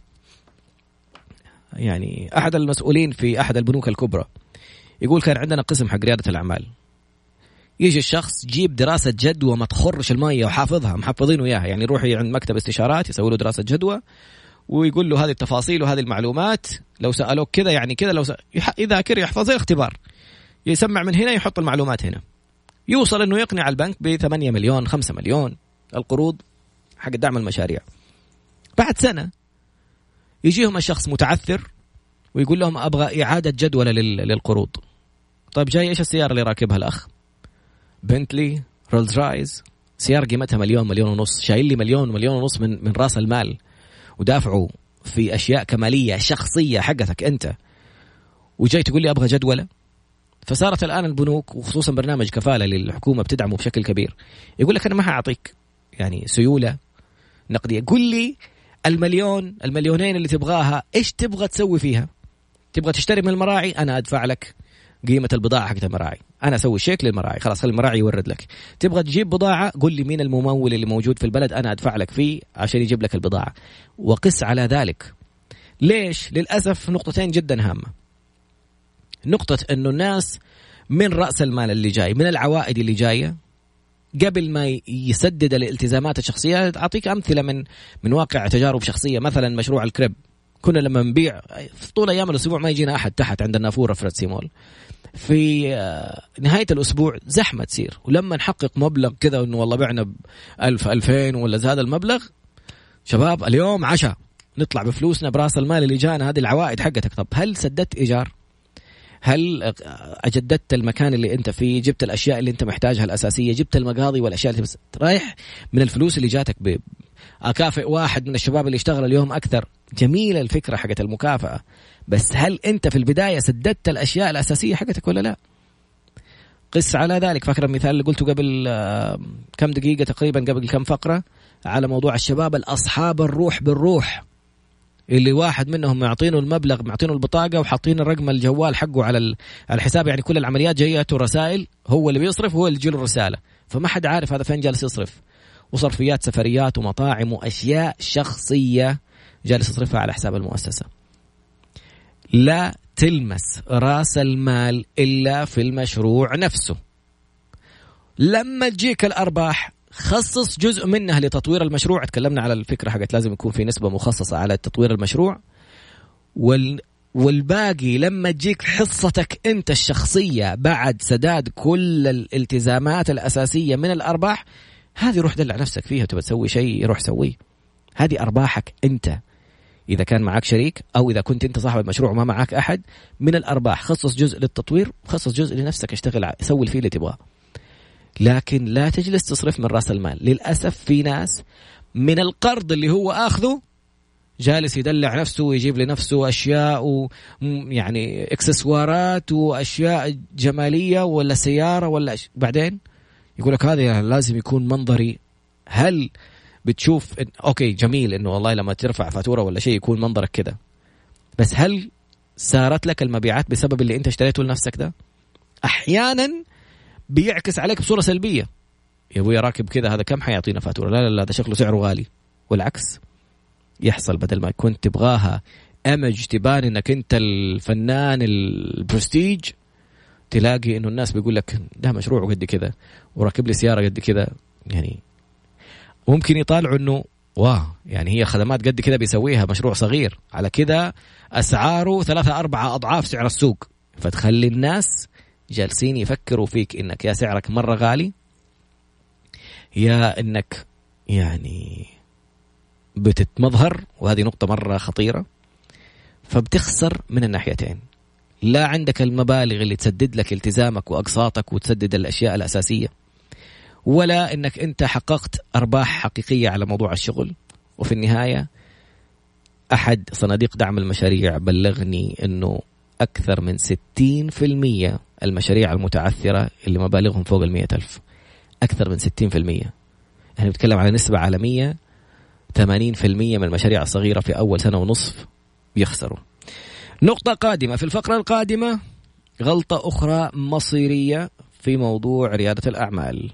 Speaker 1: يعني أحد المسؤولين في أحد البنوك الكبرى يقول كان عندنا قسم حق ريادة الأعمال، يجي الشخص جيب دراسة جدوى ما تخرش المية وحافظها، محفظينه إياها، يعني يروح عند مكتب استشارات يسوي له دراسة جدوى ويقول له هذه التفاصيل وهذه المعلومات، لو سألوك كذا يعني كذا، لو س... يذاكر يحفظ الاختبار، يسمع من هنا يحط المعلومات هنا، يوصل إنه يقنع البنك بثمانية مليون خمسة مليون القروض حق دعم المشاريع. بعد سنة يجيهم الشخص متعثر ويقول لهم أبغى إعادة جدولة لل... للقروض. طيب جاي إيش السيارة اللي راكبها الأخ؟ بنتلي، رولز رايز، سيارة قيمتها مليون مليون ونص، شايل لي مليون مليون ونص من من رأس المال ودافعوا في أشياء كمالية شخصية حقتك أنت، وجاي تقول لي أبغى جدولة. فصارت الآن البنوك وخصوصا برنامج كفالة للحكومة بتدعمه بشكل كبير، يقول لك أنا ما هعطيك يعني سيولة نقدية، قل لي المليون المليونين اللي تبغاها إيش تبغى تسوي فيها؟ تبغى تشتري من المراعي، أنا أدفع لك قيمة البضاعة حقت المراعي، أنا أسوي شيك للمراعي، خلاص خلي المراعي يورد لك. تبغى تجيب بضاعة قل لي مين الممول اللي موجود في البلد أنا أدفع لك فيه عشان يجيب لك البضاعة، وقس على ذلك. ليش؟ للأسف نقطتين جدا هامة. نقطة أنه الناس من رأس المال اللي جاي، من العوائد اللي جاية، قبل ما يسدد الالتزامات الشخصية. أعطيك أمثلة من من واقع تجارب شخصية. مثلا مشروع الكريب، كنا لما نبيع في طول أيام الأسبوع ما يجينا أحد تحت عند النافورة في رتسيمول، في نهاية الأسبوع زحمة تصير، ولما نحقق مبلغ كذا إنه والله بعنا بألف ألفين ولا زاد المبلغ، شباب اليوم عشاء نطلع بفلوسنا براس المال اللي جانا، هذه العوائد حقتك. طب هل سددت إيجار؟ هل أجددت المكان اللي أنت فيه؟ جبت الأشياء اللي أنت محتاجها الأساسية؟ جبت المقاضي والأشياء اللي بس رايح من الفلوس اللي جاتك بأكافئ واحد من الشباب اللي اشتغل اليوم أكثر؟ جميلة الفكرة حقت المكافأة، بس هل أنت في البداية سددت الأشياء الأساسية حقتك ولا لا؟ قس على ذلك. فاكر المثال اللي قلته قبل كم دقيقة تقريبا، قبل كم فقرة، على موضوع الشباب الأصحاب الروح بالروح، اللي واحد منهم معطينه المبلغ، معطينه البطاقة وحاطين الرقم الجوال حقه على الحساب، يعني كل العمليات جايته رسائل، هو اللي بيصرف وهو اللي يجيله الرسالة، فما حد عارف هذا فين جالس يصرف، وصرفيات سفريات ومطاعم وأشياء شخصية جالس يصرفها على حساب المؤسسة. لا تلمس رأس المال إلا في المشروع نفسه. لما تجيك الأرباح خصص جزء منها لتطوير المشروع. تكلمنا على الفكرة حقت لازم يكون في نسبة مخصصة على تطوير المشروع، وال والباقي لما تجيك حصتك أنت الشخصية بعد سداد كل الالتزامات الأساسية من الأرباح، هذه روح دلع نفسك فيها. تبى تسوي شيء روح سويه، هذه أرباحك أنت. إذا كان معك شريك أو إذا كنت أنت صاحب المشروع وما معك أحد، من الأرباح خصص جزء للتطوير، خصص جزء لنفسك، اشتغل سوي فيه اللي تبغاه، لكن لا تجلس تصرف من رأس المال. للأسف في ناس من القرض اللي هو آخذه جالس يدلع نفسه ويجيب لنفسه أشياء ويعني إكسسوارات وأشياء جمالية ولا سيارة ولا أش... بعدين يقولك هذا لازم يكون منظري. هل بتشوف إن... أوكي جميل إنه والله لما ترفع فاتورة ولا شيء يكون منظرك كده، بس هل سارت لك المبيعات بسبب اللي أنت اشتريته لنفسك ده؟ أحيانا بيعكس عليك بصورة سلبية. يا ابويا راكب كذا هذا كم حيعطينا فاتورة؟ لا لا لا، ده شكله سعره غالي. والعكس يحصل، بدل ما كنت تبغاها أمج تبان إنك أنت الفنان البرستيج، تلاقي إنه الناس بيقول لك ده مشروع قد كذا وراكب لي سيارة قد كذا. يعني ممكن يطالعوا إنه واه يعني هي خدمات قد كذا بيسويها، مشروع صغير على كذا أسعاره ثلاثة أربعة أضعاف سعر السوق، فتخلي الناس جالسين يفكروا فيك إنك يا سعرك مرة غالي، يا إنك يعني بتتمظهر، وهذه نقطة مرة خطيرة. فبتخسر من الناحيتين، لا عندك المبالغ اللي تسدد لك التزامك وأقساطك وتسدد الأشياء الأساسية، ولا إنك أنت حققت أرباح حقيقية على موضوع الشغل. وفي النهاية أحد صناديق دعم المشاريع بلغني إنه أكثر من ستين في المية المشاريع المتعثرة اللي مبالغهم فوق المية ألف، أكثر من ستين في المية. يعني بتكلم على نسبة عالمية، ثمانين في المية من المشاريع الصغيرة في أول سنة ونصف يخسروا. نقطة قادمة في الفقرة القادمة، غلطة أخرى مصيرية في موضوع ريادة الأعمال،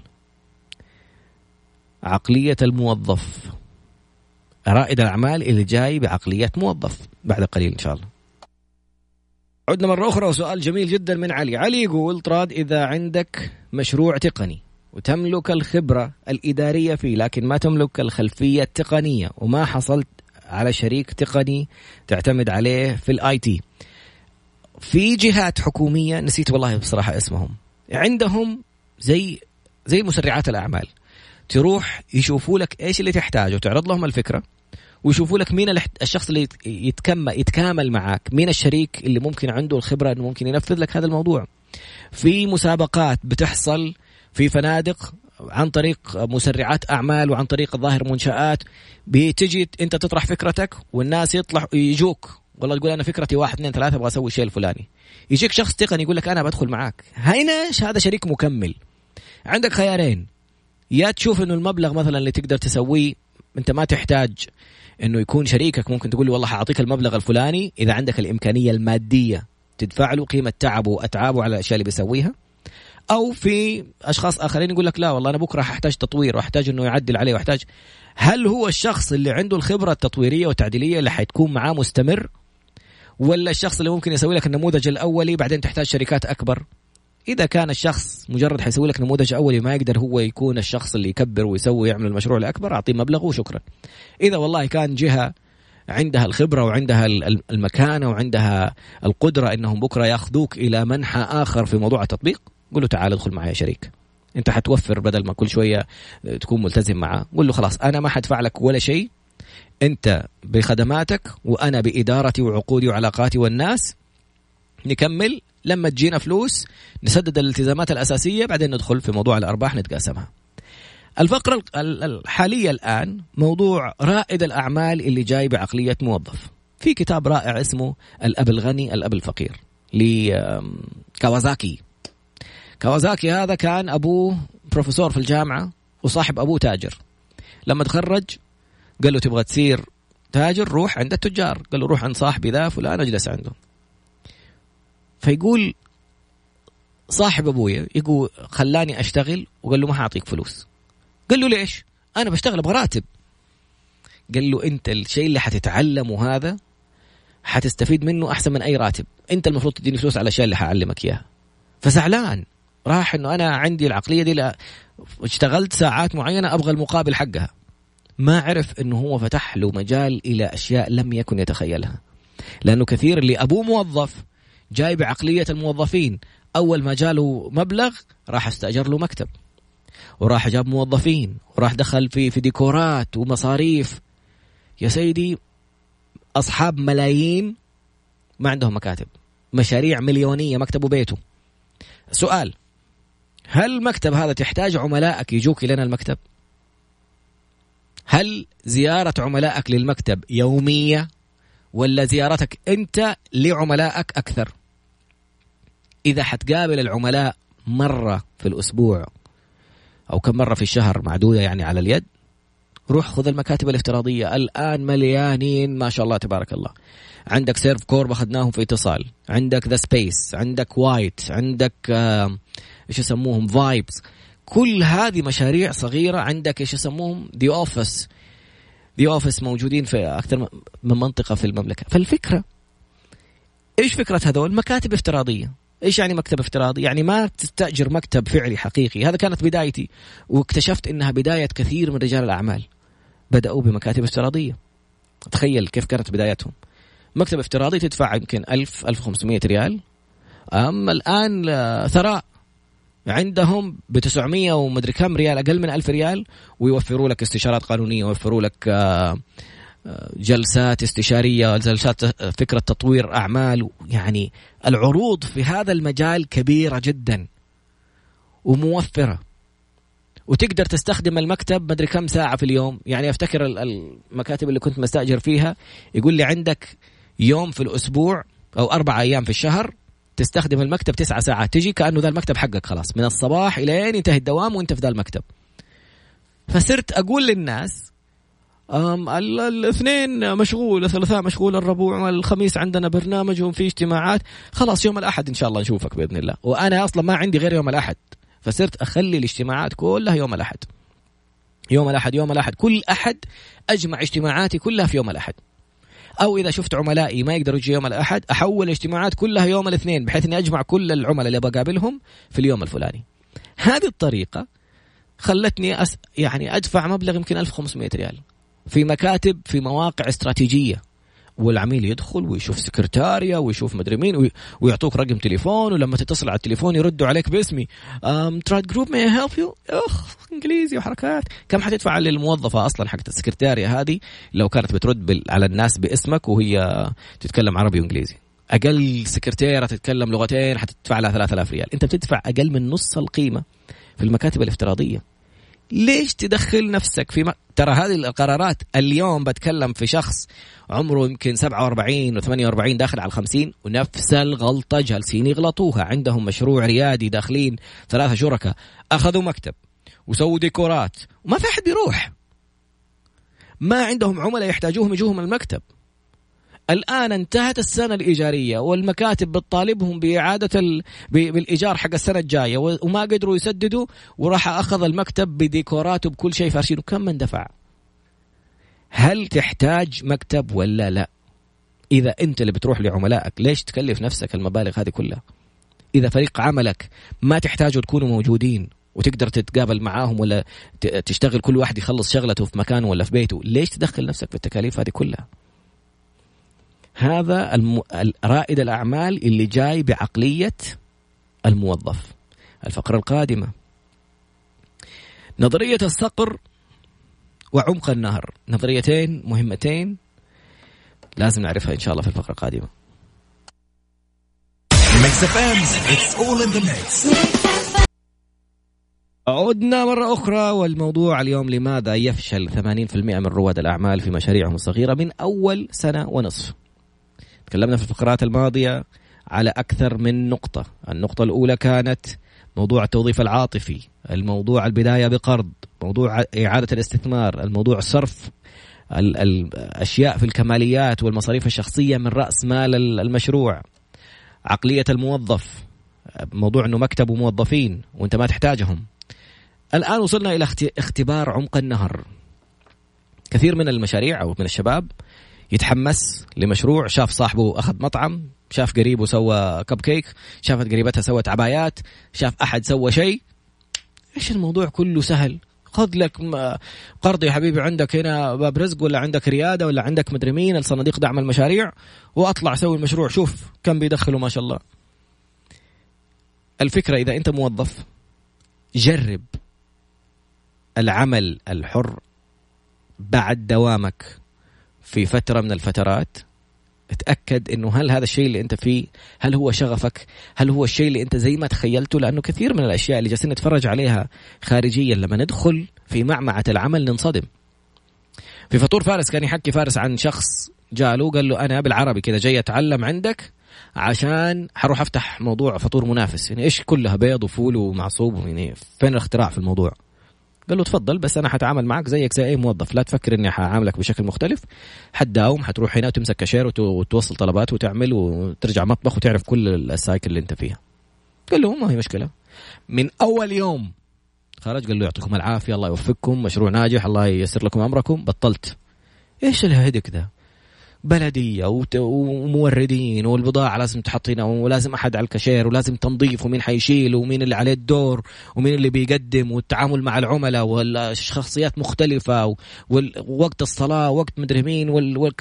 Speaker 1: عقلية الموظف. رائد الأعمال اللي جاي بعقلية موظف بعد قليل إن شاء الله. عدنا مرة أخرى وسؤال جميل جدا من علي. علي يقول طراد، إذا عندك مشروع تقني وتملك الخبرة الإدارية فيه لكن ما تملك الخلفية التقنية وما حصلت على شريك تقني تعتمد عليه في الآي تي، في جهات حكومية نسيت والله بصراحة اسمهم، عندهم زي زي مسرعات الأعمال، تروح يشوفوا لك إيش اللي تحتاجه، تعرض لهم الفكرة ويشوفوا لك مين الشخص اللي يتكمل يتكامل معك، مين الشريك اللي ممكن عنده الخبرة إنه ممكن ينفذ لك هذا الموضوع. في مسابقات بتحصل في فنادق عن طريق مسرعات أعمال وعن طريق الظاهر منشآت، بتجي أنت تطرح فكرتك والناس يطلع يجوك، والله تقول أنا فكرتي واحد اثنين ثلاثة أبغى أسوي الشيء الفلاني، يجيك شخص تقني يقول لك أنا بدخل معاك. هنا هذا شريك مكمل. عندك خيارين، يا تشوف إنه المبلغ مثلا اللي تقدر تسويه أنت ما تحتاج إنه يكون شريكك، ممكن تقول لي والله حأعطيك المبلغ الفلاني إذا عندك الإمكانية المادية تدفع له قيمة تعبه وأتعابه على الأشياء اللي بيسويها. أو في أشخاص آخرين يقول لك لا والله أنا بكرة هحتاج تطوير وأحتاج إنه يعدل عليه وأحتاج. هل هو الشخص اللي عنده الخبرة التطويرية والتعديلية اللي حتكون معاه مستمر، ولا الشخص اللي ممكن يسوي لك النموذج الأولي بعدين تحتاج شركات أكبر؟ إذا كان الشخص مجرد حيسوي لك نموذج أولي ما يقدر هو يكون الشخص اللي يكبر ويسوي ويعمل المشروع الأكبر، أعطيه مبلغه وشكرا. إذا والله كان جهة عندها الخبرة وعندها المكانة وعندها القدرة إنهم بكرة يأخذوك إلى منحى آخر في موضوع التطبيق، قل له تعال ادخل معي شريك. أنت حتوفر بدل ما كل شوية تكون ملتزم معه. قل له خلاص أنا ما حدفع لك ولا شيء، أنت بخدماتك وأنا بإدارتي وعقودي وعلاقاتي والناس نكمل، لما تجينا فلوس نسدد الالتزامات الأساسية بعدين ندخل في موضوع الأرباح نتقاسمها. الفقرة الحالية الآن موضوع رائد الأعمال اللي جاي بعقلية موظف. في كتاب رائع اسمه الأب الغني الأب الفقير لكاوازاكي. كاوازاكي هذا كان أبوه بروفيسور في الجامعة وصاحب أبوه تاجر. لما تخرج قال له تبغى تصير تاجر روح عند التجار. قال له روح عند صاحبي ذا فلان أجلس عنده. فيقول صاحب أبويا يقول خلاني أشتغل وقال له ما هعطيك فلوس. قال له ليش؟ أنا بشتغل أبغى راتب. قال له أنت الشيء اللي حتتعلمه هذا حتستفيد منه أحسن من أي راتب. أنت المفروض تديني فلوس على الأشياء اللي حأعلمك إياها. فزعلان راح إنه أنا عندي العقلية دي لا اشتغلت ساعات معينة أبغى المقابل حقها. ما عرف إنه هو فتح له مجال إلى أشياء لم يكن يتخيلها. لأنه كثير اللي أبوه موظف جاي بعقلية الموظفين، أول ما جاله مبلغ راح استأجر له مكتب وراح جاب موظفين وراح دخل في في ديكورات ومصاريف. يا سيدي أصحاب ملايين ما عندهم مكاتب، مشاريع مليونية مكتبه بيته. سؤال، هل المكتب هذا تحتاج عملائك يجوك لنا المكتب؟ هل زيارة عملائك للمكتب يومية ولا زيارتك أنت لعملائك أكثر؟ إذا حتقابل العملاء مرة في الأسبوع أو كم مرة في الشهر معدودة يعني على اليد، روح خذ المكاتب الافتراضية الآن مليانين ما شاء الله تبارك الله. عندك سيرف كورب أخذناهم في اتصال، عندك ذا سبيس، عندك وايت، عندك آه إيش يسموهم فايبس. كل هذه مشاريع صغيرة. عندك إيش يسموهم دي أوفيس، دي أوفيس موجودين في أكثر من منطقة في المملكة. فالفكرة إيش فكرة هذول؟ مكاتب افتراضية. إيش يعني مكتب افتراضي؟ يعني ما تستأجر مكتب فعلي حقيقي. هذا كانت بدايتي، واكتشفت إنها بداية كثير من رجال الأعمال بدأوا بمكاتب افتراضية. تخيل كيف كانت بدايتهم. مكتب افتراضي تدفع يمكن ألف ألف وخمسمائة ريال. أما الآن ثراء عندهم بتسعمية ومدري كم ريال، أقل من ألف ريال، ويوفروا لك استشارات قانونية، ويوفروا لك جلسات استشارية، جلسات فكرة تطوير أعمال. يعني العروض في هذا المجال كبيرة جدا وموفرة، وتقدر تستخدم المكتب مدري كم ساعة في اليوم. يعني أفتكر المكاتب اللي كنت مستأجر فيها يقول لي عندك يوم في الأسبوع أو أربع أيام في الشهر تستخدم المكتب تسعة ساعات، تجي كأنه ذا المكتب حقك خلاص من الصباح إلى أن ينتهي الدوام وانت في ذا المكتب. فصرت أقول للناس الاثنين مشغول، الثلاثاء مشغول، الربوع والخميس عندنا برنامج وفي اجتماعات، خلاص يوم الأحد إن شاء الله نشوفك بإذن الله. وأنا أصلا ما عندي غير يوم الأحد، فصرت أخلي الاجتماعات كلها يوم الأحد. يوم الأحد يوم الأحد كل أحد أجمع اجتماعاتي كلها في يوم الأحد. أو إذا شفت عملائي ما يقدروا يجي يوم الأحد أحول الاجتماعات كلها يوم الاثنين، بحيث أني أجمع كل العملاء اللي بقابلهم في اليوم الفلاني. هذه الطريقة خلتني أس... يعني أدفع مبلغ يمكن ألف وخمسمائة ريال في مكاتب في مواقع استراتيجية، والعميل يدخل ويشوف سكرتاريا ويشوف مدري مين وي... ويعطوك رقم تليفون، ولما تتصل على التليفون يردوا عليك باسمي ترايد جروب ماي هيلب يو. اخ انجليزي وحركات. كم حتدفع للموظفة اصلا حقت السكرتاريا هذه لو كانت بترد بال... على الناس باسمك وهي تتكلم عربي وانجليزي؟ اقل سكرتيرة تتكلم لغتين حتدفع لها ثلاثة آلاف ريال. انت بتدفع اقل من نص القيمة في المكاتب الافتراضية. ليش تدخل نفسك في م... ترى هذه القرارات اليوم بتكلم في شخص عمره يمكن سبعة وأربعين وثمانية وأربعين داخل على الخمسين، ونفس الغلطة جالسين يغلطوها. عندهم مشروع ريادي داخلين ثلاثة شركاء أخذوا مكتب وسووا ديكورات وما في أحد بيروح، ما عندهم عملاء يحتاجوهم يجوهم المكتب. الآن انتهت السنة الإيجارية والمكاتب بتطالبهم بإعادة ال... بالإيجار حق السنة الجاية وما قدروا يسددوا، وراح أخذ المكتب بديكوراته بكل شيء فارشينه. كم من دفع؟ هل تحتاج مكتب ولا لا؟ إذا أنت اللي بتروح لعملائك ليش تكلف نفسك المبالغ هذه كلها؟ إذا فريق عملك ما تحتاجوا تكونوا موجودين وتقدر تتقابل معاهم ولا تشتغل كل واحد يخلص شغلته في مكانه ولا في بيته، ليش تدخل نفسك في التكاليف هذه كلها؟ هذا الم... رائد الأعمال اللي جاي بعقلية الموظف. الفقرة القادمة نظرية الصقر وعمق النهر، نظريتين مهمتين لازم نعرفها إن شاء الله في الفقرة القادمة. عدنا مرة أخرى، والموضوع اليوم لماذا يفشل ثمانين بالمئة من رواد الأعمال في مشاريعهم الصغيرة من أول سنة ونصف. تكلمنا في الفقرات الماضية على أكثر من نقطة. النقطة الأولى كانت موضوع التوظيف العاطفي، الموضوع البداية بقرض، موضوع إعادة الاستثمار، الموضوع صرف الأشياء في الكماليات والمصاريف الشخصية من رأس مال المشروع، عقلية الموظف، موضوع أنه مكتب وموظفين وأنت ما تحتاجهم. الآن وصلنا إلى اختبار عمق النهر. كثير من المشاريع أو من الشباب يتحمس لمشروع، شاف صاحبه أخذ مطعم، شاف قريبه سوى كب كيك، شافت قريبتها سوت عبايات، شاف أحد سوى شيء. إيش الموضوع كله سهل، خذ لك قرض يا حبيبي، عندك هنا باب رزق ولا عندك ريادة ولا عندك مدري مين الصناديق دعم المشاريع، وأطلع سوي المشروع، شوف كم بيدخلوا ما شاء الله. الفكرة إذا أنت موظف جرب العمل الحر بعد دوامك في فترة من الفترات، اتأكد إنه هل هذا الشيء اللي أنت فيه هل هو شغفك، هل هو الشيء اللي أنت زي ما تخيلته. لأنه كثير من الأشياء اللي جالسين نتفرج عليها خارجيا لما ندخل في معمعة العمل ننصدم. في فطور فارس كان يحكي فارس عن شخص جاله قال له أنا بالعربي كذا جاي أتعلم عندك عشان حروح أفتح موضوع فطور منافس، يعني إيش كلها بيض وفول ومعصوب، يعني فين الاختراع في الموضوع؟ قال له تفضل، بس أنا حتعامل معك زيك زي أي موظف، لا تفكر إني حعاملك بشكل مختلف. حتداوم، حتروح هنا وتمسك كاشير وتوصل طلبات وتعمل وترجع مطبخ وتعرف كل السايكل اللي أنت فيها. قال له ما هي مشكلة. من أول يوم خرج قال له يعطيكم العافية، الله يوفقكم، مشروع ناجح، الله ييسر لكم أمركم. بطلت. إيش الهدك ده؟ بلدية وموردين والبضاعة لازم تحطينا ولازم أحد على الكاشير ولازم تنظيف ومين حيشيل ومين اللي عليه الدور ومين اللي بيقدم والتعامل مع العملاء والشخصيات مختلفة ووقت الصلاة وقت مدري مين وال...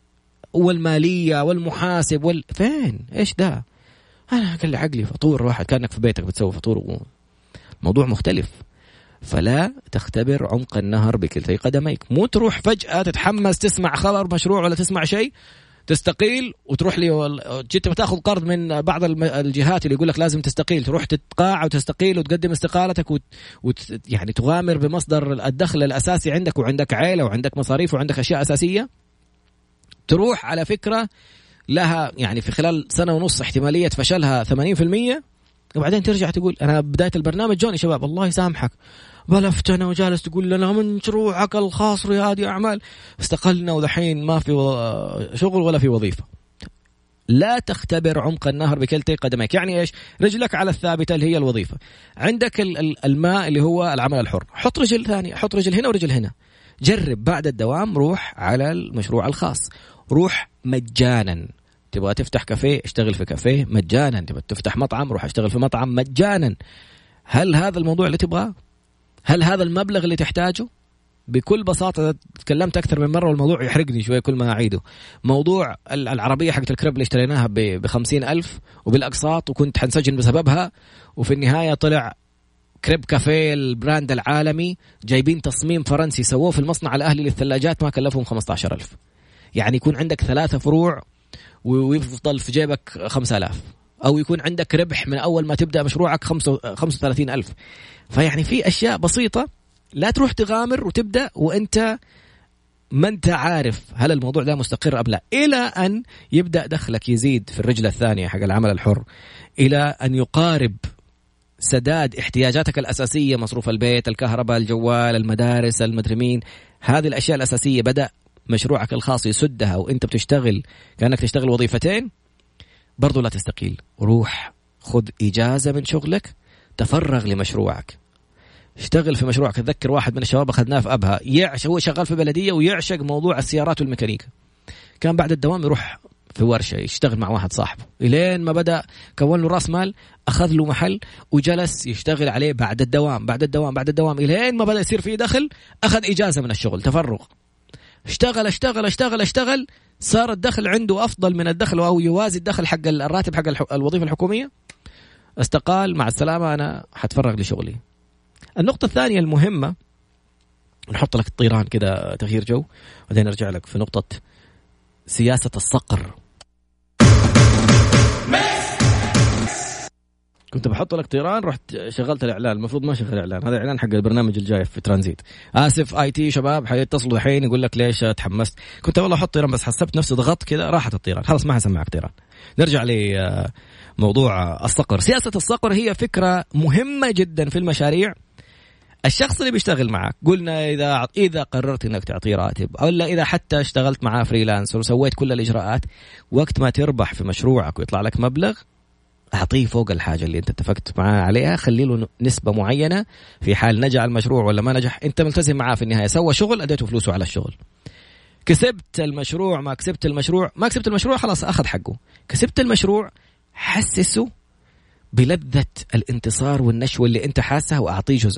Speaker 1: والمالية والمحاسب وال... فين إيش ده؟ أنا قال لي عقلي فطور واحد، كأنك في بيتك بتسوي فطور، موضوع مختلف. فلا تختبر عمق النهر بكلتي قدميك. مو تروح فجأة تتحمس تسمع خبر مشروع ولا تسمع شيء تستقيل وتروح لي جيت بتاخذ قرض من بعض الجهات اللي يقول لك لازم تستقيل، تروح تتقاعد وتستقيل وتقدم استقالتك وت... وت... يعني تغامر بمصدر الدخل الأساسي عندك وعندك عائلة وعندك مصاريف وعندك أشياء أساسية، تروح على فكرة لها يعني في خلال سنة ونص احتمالية فشلها ثمانين بالمئة، وبعدين ترجع تقول أنا بداية البرنامج جوني شباب الله يسامحك بلفت أنا وجالس تقول لنا من مشروعك الخاص ريادي أعمال استقلنا ودحين ما في شغل ولا في وظيفة. لا تختبر عمق النهر بكلتي قدميك. يعني إيش؟ رجلك على الثابتة اللي هي الوظيفة، عندك الماء اللي هو العمل الحر، حط رجل ثاني، حط رجل هنا ورجل هنا، جرب بعد الدوام روح على المشروع الخاص، روح مجانا. تبغى تفتح كافيه اشتغل في كافيه مجانا، تبغى تفتح مطعم روح اشتغل في مطعم مجانا. هل هذا الموضوع اللي تبغاه؟ هل هذا المبلغ اللي تحتاجه؟ بكل بساطة تكلمت أكثر من مرة والموضوع يحرقني شوية كل ما أعيده. موضوع العربية حقت الكريب اللي اشتريناها بخمسين ألف وبالأقساط وكنت حنسجن بسببها، وفي النهاية طلع كريب كافيه البراند العالمي جايبين تصميم فرنسي سووه في المصنع الأهلي للثلاجات ما كلفهم خمسة عشر ألف. يعني يكون عندك ثلاثة فروع ويفضل في جيبك خمسة آلاف، أو يكون عندك ربح من أول ما تبدأ مشروعك خمسة وثلاثين ألف. فيعني في أشياء بسيطة لا تروح تغامر وتبدأ وأنت ما أنت عارف هل الموضوع ده مستقر أم لا، إلى أن يبدأ دخلك يزيد في الرجل الثانية حق العمل الحر، إلى أن يقارب سداد احتياجاتك الأساسية، مصروف البيت، الكهرباء، الجوال، المدارس، المدري مين، هذه الأشياء الأساسية بدأ مشروعك الخاص يسدها وانت بتشتغل كأنك تشتغل وظيفتين، برضو لا تستقيل. روح خذ إجازة من شغلك، تفرغ لمشروعك، اشتغل في مشروعك. أتذكر واحد من الشباب أخذناه في أبها، يعشق، هو شغال في بلدية ويعشق موضوع السيارات والميكانيكا، كان بعد الدوام يروح في ورشة يشتغل مع واحد صاحبه، إلين ما بدأ كون له رأس مال، أخذ له محل وجلس يشتغل عليه بعد الدوام بعد الدوام بعد الدوام، إلين ما بدأ يصير فيه دخل، أخذ إجازة من الشغل، تفرغ، اشتغل اشتغل اشتغل اشتغل صار الدخل عنده أفضل من الدخل أو يوازي الدخل حق الراتب حق الوظيفة الحكومية، استقال، مع السلامة، أنا حتفرغ لشغلي. النقطة الثانية المهمة، نحط لك الطيران كده تغيير جو، وبعدين نرجع لك في نقطة سياسة الصقر. كنت بحط لك طيران، رحت شغلت الإعلان، المفروض ما شغل إعلان، هذا إعلان حق البرنامج الجاي في ترانزيت. آسف آي تي شباب حيتصلوا الحين يقول لك ليش تحمست. كنت والله أحط طيران بس حسبت نفسي ضغط كذا راحت الطيران، خلاص ما حسمعك طيران. نرجع لموضوع الصقر. سياسة الصقر هي فكرة مهمة جدا في المشاريع. الشخص اللي بيشتغل معك، قلنا إذا إذا قررت إنك تعطيه راتب، أو لا إذا حتى اشتغلت معاه فريلانس وسويت كل الإجراءات، وقت ما تربح في مشروعك ويطلع لك مبلغ، أعطيه فوق الحاجة اللي أنت اتفقت معاه عليها، خلي له نسبة معينة. في حال نجح المشروع ولا ما نجح، أنت ملتزم معاه في النهاية، سوى شغل أديته فلوسه على الشغل. كسبت المشروع ما كسبت المشروع ما كسبت المشروع خلاص أخذ حقه. كسبت المشروع حسسه بلذة الانتصار والنشوة اللي أنت حاسها، وأعطيه جزء.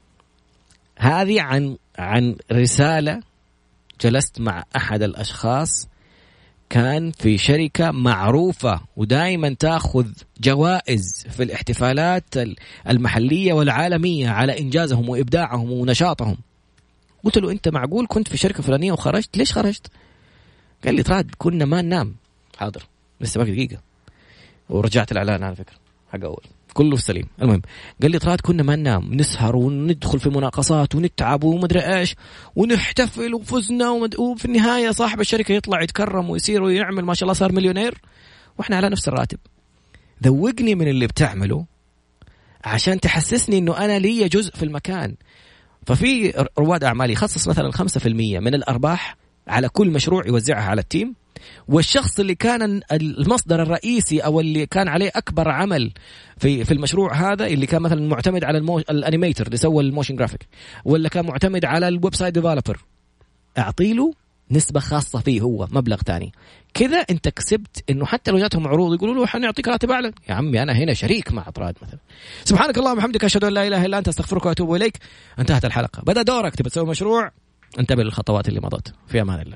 Speaker 1: هذه عن عن رسالة جلست مع أحد الأشخاص كان في شركة معروفة ودائما تأخذ جوائز في الاحتفالات المحلية والعالمية على إنجازهم وإبداعهم ونشاطهم. قلت له أنت معقول كنت في شركة فلانية وخرجت؟ ليش خرجت؟ قال لي تراد كنا ما ننام. حاضر لسه باقي دقيقة ورجعت الإعلان على فكرة حق أول كله في سليم. المهم قال لي تراد كنا ما ننام، نسهر وندخل في مناقصات ونتعب ومدري ايش ونحتفل وفزنا ومد... وفي النهاية صاحب الشركة يطلع يتكرم ويصير ويعمل ما شاء الله صار مليونير واحنا على نفس الراتب. ذوقني من اللي بتعمله عشان تحسسني انه انا لي جزء في المكان. ففي رواد اعمال يخصص مثلا خمسة في المية من الارباح على كل مشروع يوزعها على التيم، والشخص اللي كان المصدر الرئيسي أو اللي كان عليه أكبر عمل في في المشروع هذا، اللي كان مثلا معتمد على المو... الأنيميتر اللي سوى الموشن جرافيك، ولا كان معتمد على الويب سايت ديفلوبر، أعطيله نسبة خاصة فيه هو مبلغ تاني. كذا أنت كسبت إنه حتى لو جاتهم عروض يقولوا له حنعطيك راتب أعلى، يا عمي أنا هنا شريك مع طراد مثلا. سبحانك اللهم وبحمدك أشهد أن لا إله إلا أنت أستغفرك وأتوب إليك. انتهت الحلقة. بدأ دورك تبي تسوي مشروع، انتبه للخطوات اللي مضت. في أمان الله.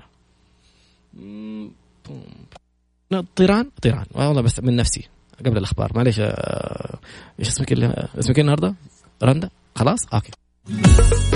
Speaker 1: طيران طيران والله بس من نفسي قبل الأخبار معليش. ايش اسمك اسمك النهارده؟ رندا. خلاص اوكي.